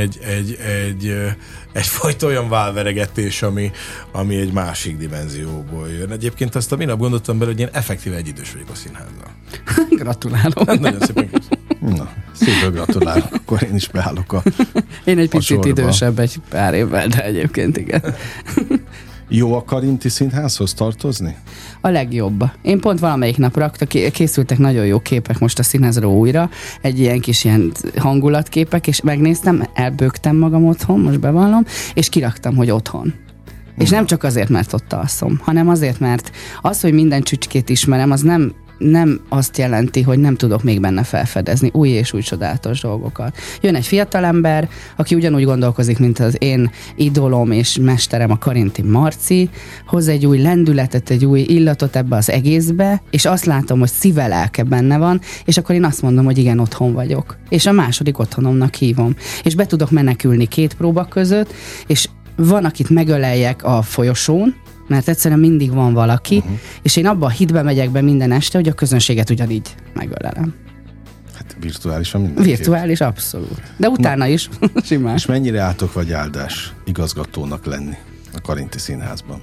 egyfajta olyan válveregetés, ami egy másik dimenzióból jön. Egyébként azt a minap gondoltam bele, hogy én effektíve egyidős vagyok a színházzal. Gratulálok. Nagyon szépen köszönöm. Na, szépen gratulálok, akkor én is beállok én egy picit idősebb, egy pár évvel, de egyébként igen. Jó a Karinti Színházhoz tartozni? A legjobb. Én pont valamelyik nap készültek nagyon jó képek most a színházról újra, egy ilyen kis ilyen hangulatképek, és megnéztem, elbögtem magam otthon, most bevallom, és kiraktam, hogy otthon. És nem csak azért, mert ott alszom, hanem azért, mert az, hogy minden csücskét ismerem, az nem nem azt jelenti, hogy nem tudok még benne felfedezni új és új csodálatos dolgokat. Jön egy fiatalember, aki ugyanúgy gondolkozik, mint az én idolom és mesterem, a Karinti Marci, hoz egy új lendületet, egy új illatot ebbe az egészbe, és azt látom, hogy szíve, lelke benne van, és akkor én azt mondom, hogy igen, otthon vagyok. És a második otthonomnak hívom. És be tudok menekülni 2 próba között, és van, akit megöleljek a folyosón, mert egyszerűen mindig van valaki, és én abban a hitbe megyek be minden este, hogy a közönséget ugyanígy megölelem. Hát virtuálisan mindenképp. Virtuális, abszolút. De utána is simán. És mennyire átok vagy áldás igazgatónak lenni a Karinti Színházban?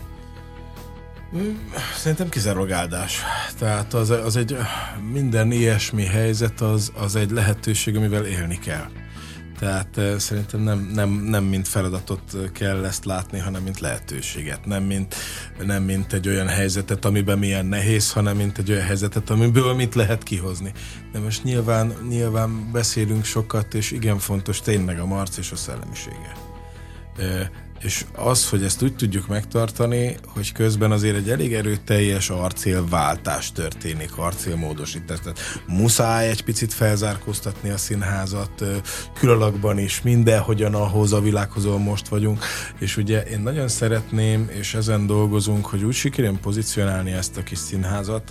Szerintem kizárólag áldás. Tehát az egy minden ilyesmi helyzet az egy lehetőség, amivel élni kell. Tehát szerintem nem mint feladatot kell ezt látni, hanem mint lehetőséget. Nem mint egy olyan helyzetet, amiben milyen nehéz, hanem mint egy olyan helyzetet, amiből mit lehet kihozni. De most nyilván beszélünk sokat, és igen fontos tényleg a Marc és a szellemisége. És az, hogy ezt úgy tudjuk megtartani, hogy közben azért egy elég erőteljes arcélváltás történik, arcélmódosítás. Tehát muszáj egy picit felzárkóztatni a színházat, külalakban is, mindenhogyan ahhoz a világhoz, ahol most vagyunk. És ugye én nagyon szeretném, és ezen dolgozunk, hogy úgy sikerüljön pozícionálni ezt a kis színházat,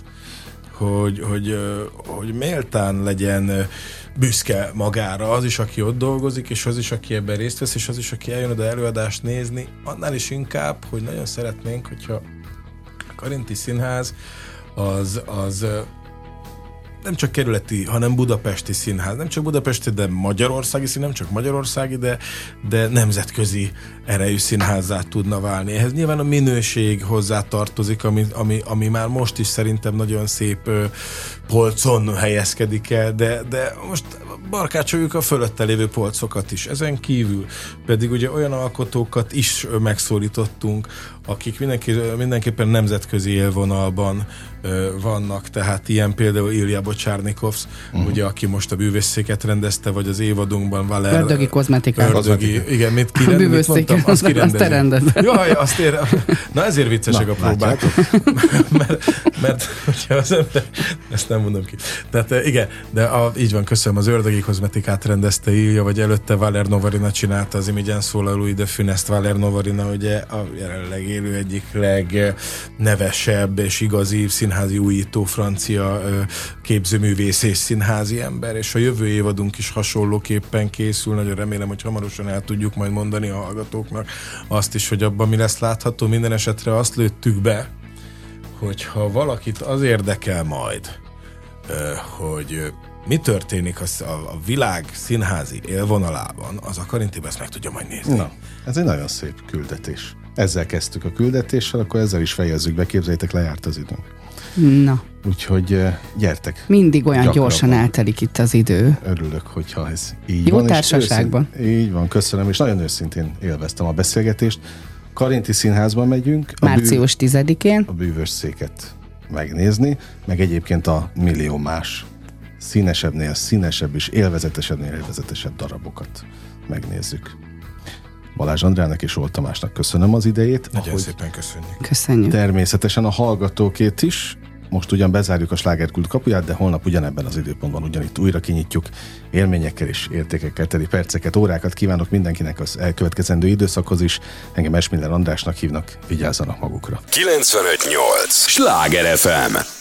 hogy méltán legyen büszke magára az is, aki ott dolgozik, és az is, aki ebben részt vesz, és az is, aki eljön oda előadást nézni, annál is inkább, hogy nagyon szeretnénk, hogyha a Karinti Színház az nem csak kerületi, hanem budapesti színház. Nem csak budapesti, de magyarországi színház, nem csak magyarországi, de nemzetközi erejű színházzá tudna válni. Ehhez nyilván a minőség hozzá tartozik, ami már most is szerintem nagyon szép polcon helyezkedik el, de most barkácsoljuk a fölötte lévő polcokat is. Ezen kívül pedig ugye olyan alkotókat is megszólítottunk, akik mindenképpen nemzetközi élvonalban vannak, tehát ilyen például Ilja Bocsárnikovsz, ugye, aki most a bűvészszéket rendezte, vagy az évadunkban Valer... Ördögi kozmetikát. Igen, mit mondtam? Azt rendezte. Jaj, azt érem. Na ezért viccesek a próbák. mert hogyha az ember... Ezt nem mondom ki. Tehát igen, de így van, köszönöm, az Ördögi kozmetikát rendezte Ilja, vagy előtte Valer Novarina csinálta az Imigyen szólalói, de Fünest Valer Novarina, ugye a jelenleg élő egyik legnevesebb és igazi színházi újító francia képzőművész és színházi ember, és a jövő évadunk is hasonlóképpen készül. Nagyon remélem, hogy hamarosan el tudjuk majd mondani a hallgatóknak azt is, hogy abban mi lesz látható. Minden esetre azt lőttük be, hogyha valakit az érdekel majd, hogy mi történik a világ színházi élvonalában, az a Karintiben ezt meg tudja majd nézni. Na, ez egy nagyon szép küldetés. Ezzel kezdtük a küldetéssel, akkor ezzel is fejezzük be, képzeljétek, lejárt az időnk. Na. Úgyhogy gyertek. Mindig olyan gyorsan eltelik itt az idő. Örülök, hogyha ez így jó van. Jó társaságban. Így van, köszönöm, és nagyon őszintén élveztem a beszélgetést. Karinti Színházban megyünk. Március 10-én. A bűvösszéket megnézni, meg egyébként a millió más színesebbnél színesebb és élvezetesebbnél élvezetesebb darabokat megnézzük. Balázs Andrának és Olt Tamásnak köszönöm az idejét. Nagyon szépen köszönjük. Köszönjük. Természetesen a hallgatókét is. Most ugyan bezárjuk a Slágerkult kapuját, de holnap ugyanebben az időpontban ugyanitt újra kinyitjuk. Élményekkel és értékekkel teli perceket, órákat kívánok mindenkinek az elkövetkezendő időszakhoz is. Engem Esmiller Andrásnak hívnak, vigyázzanak magukra. 95.8 Sláger FM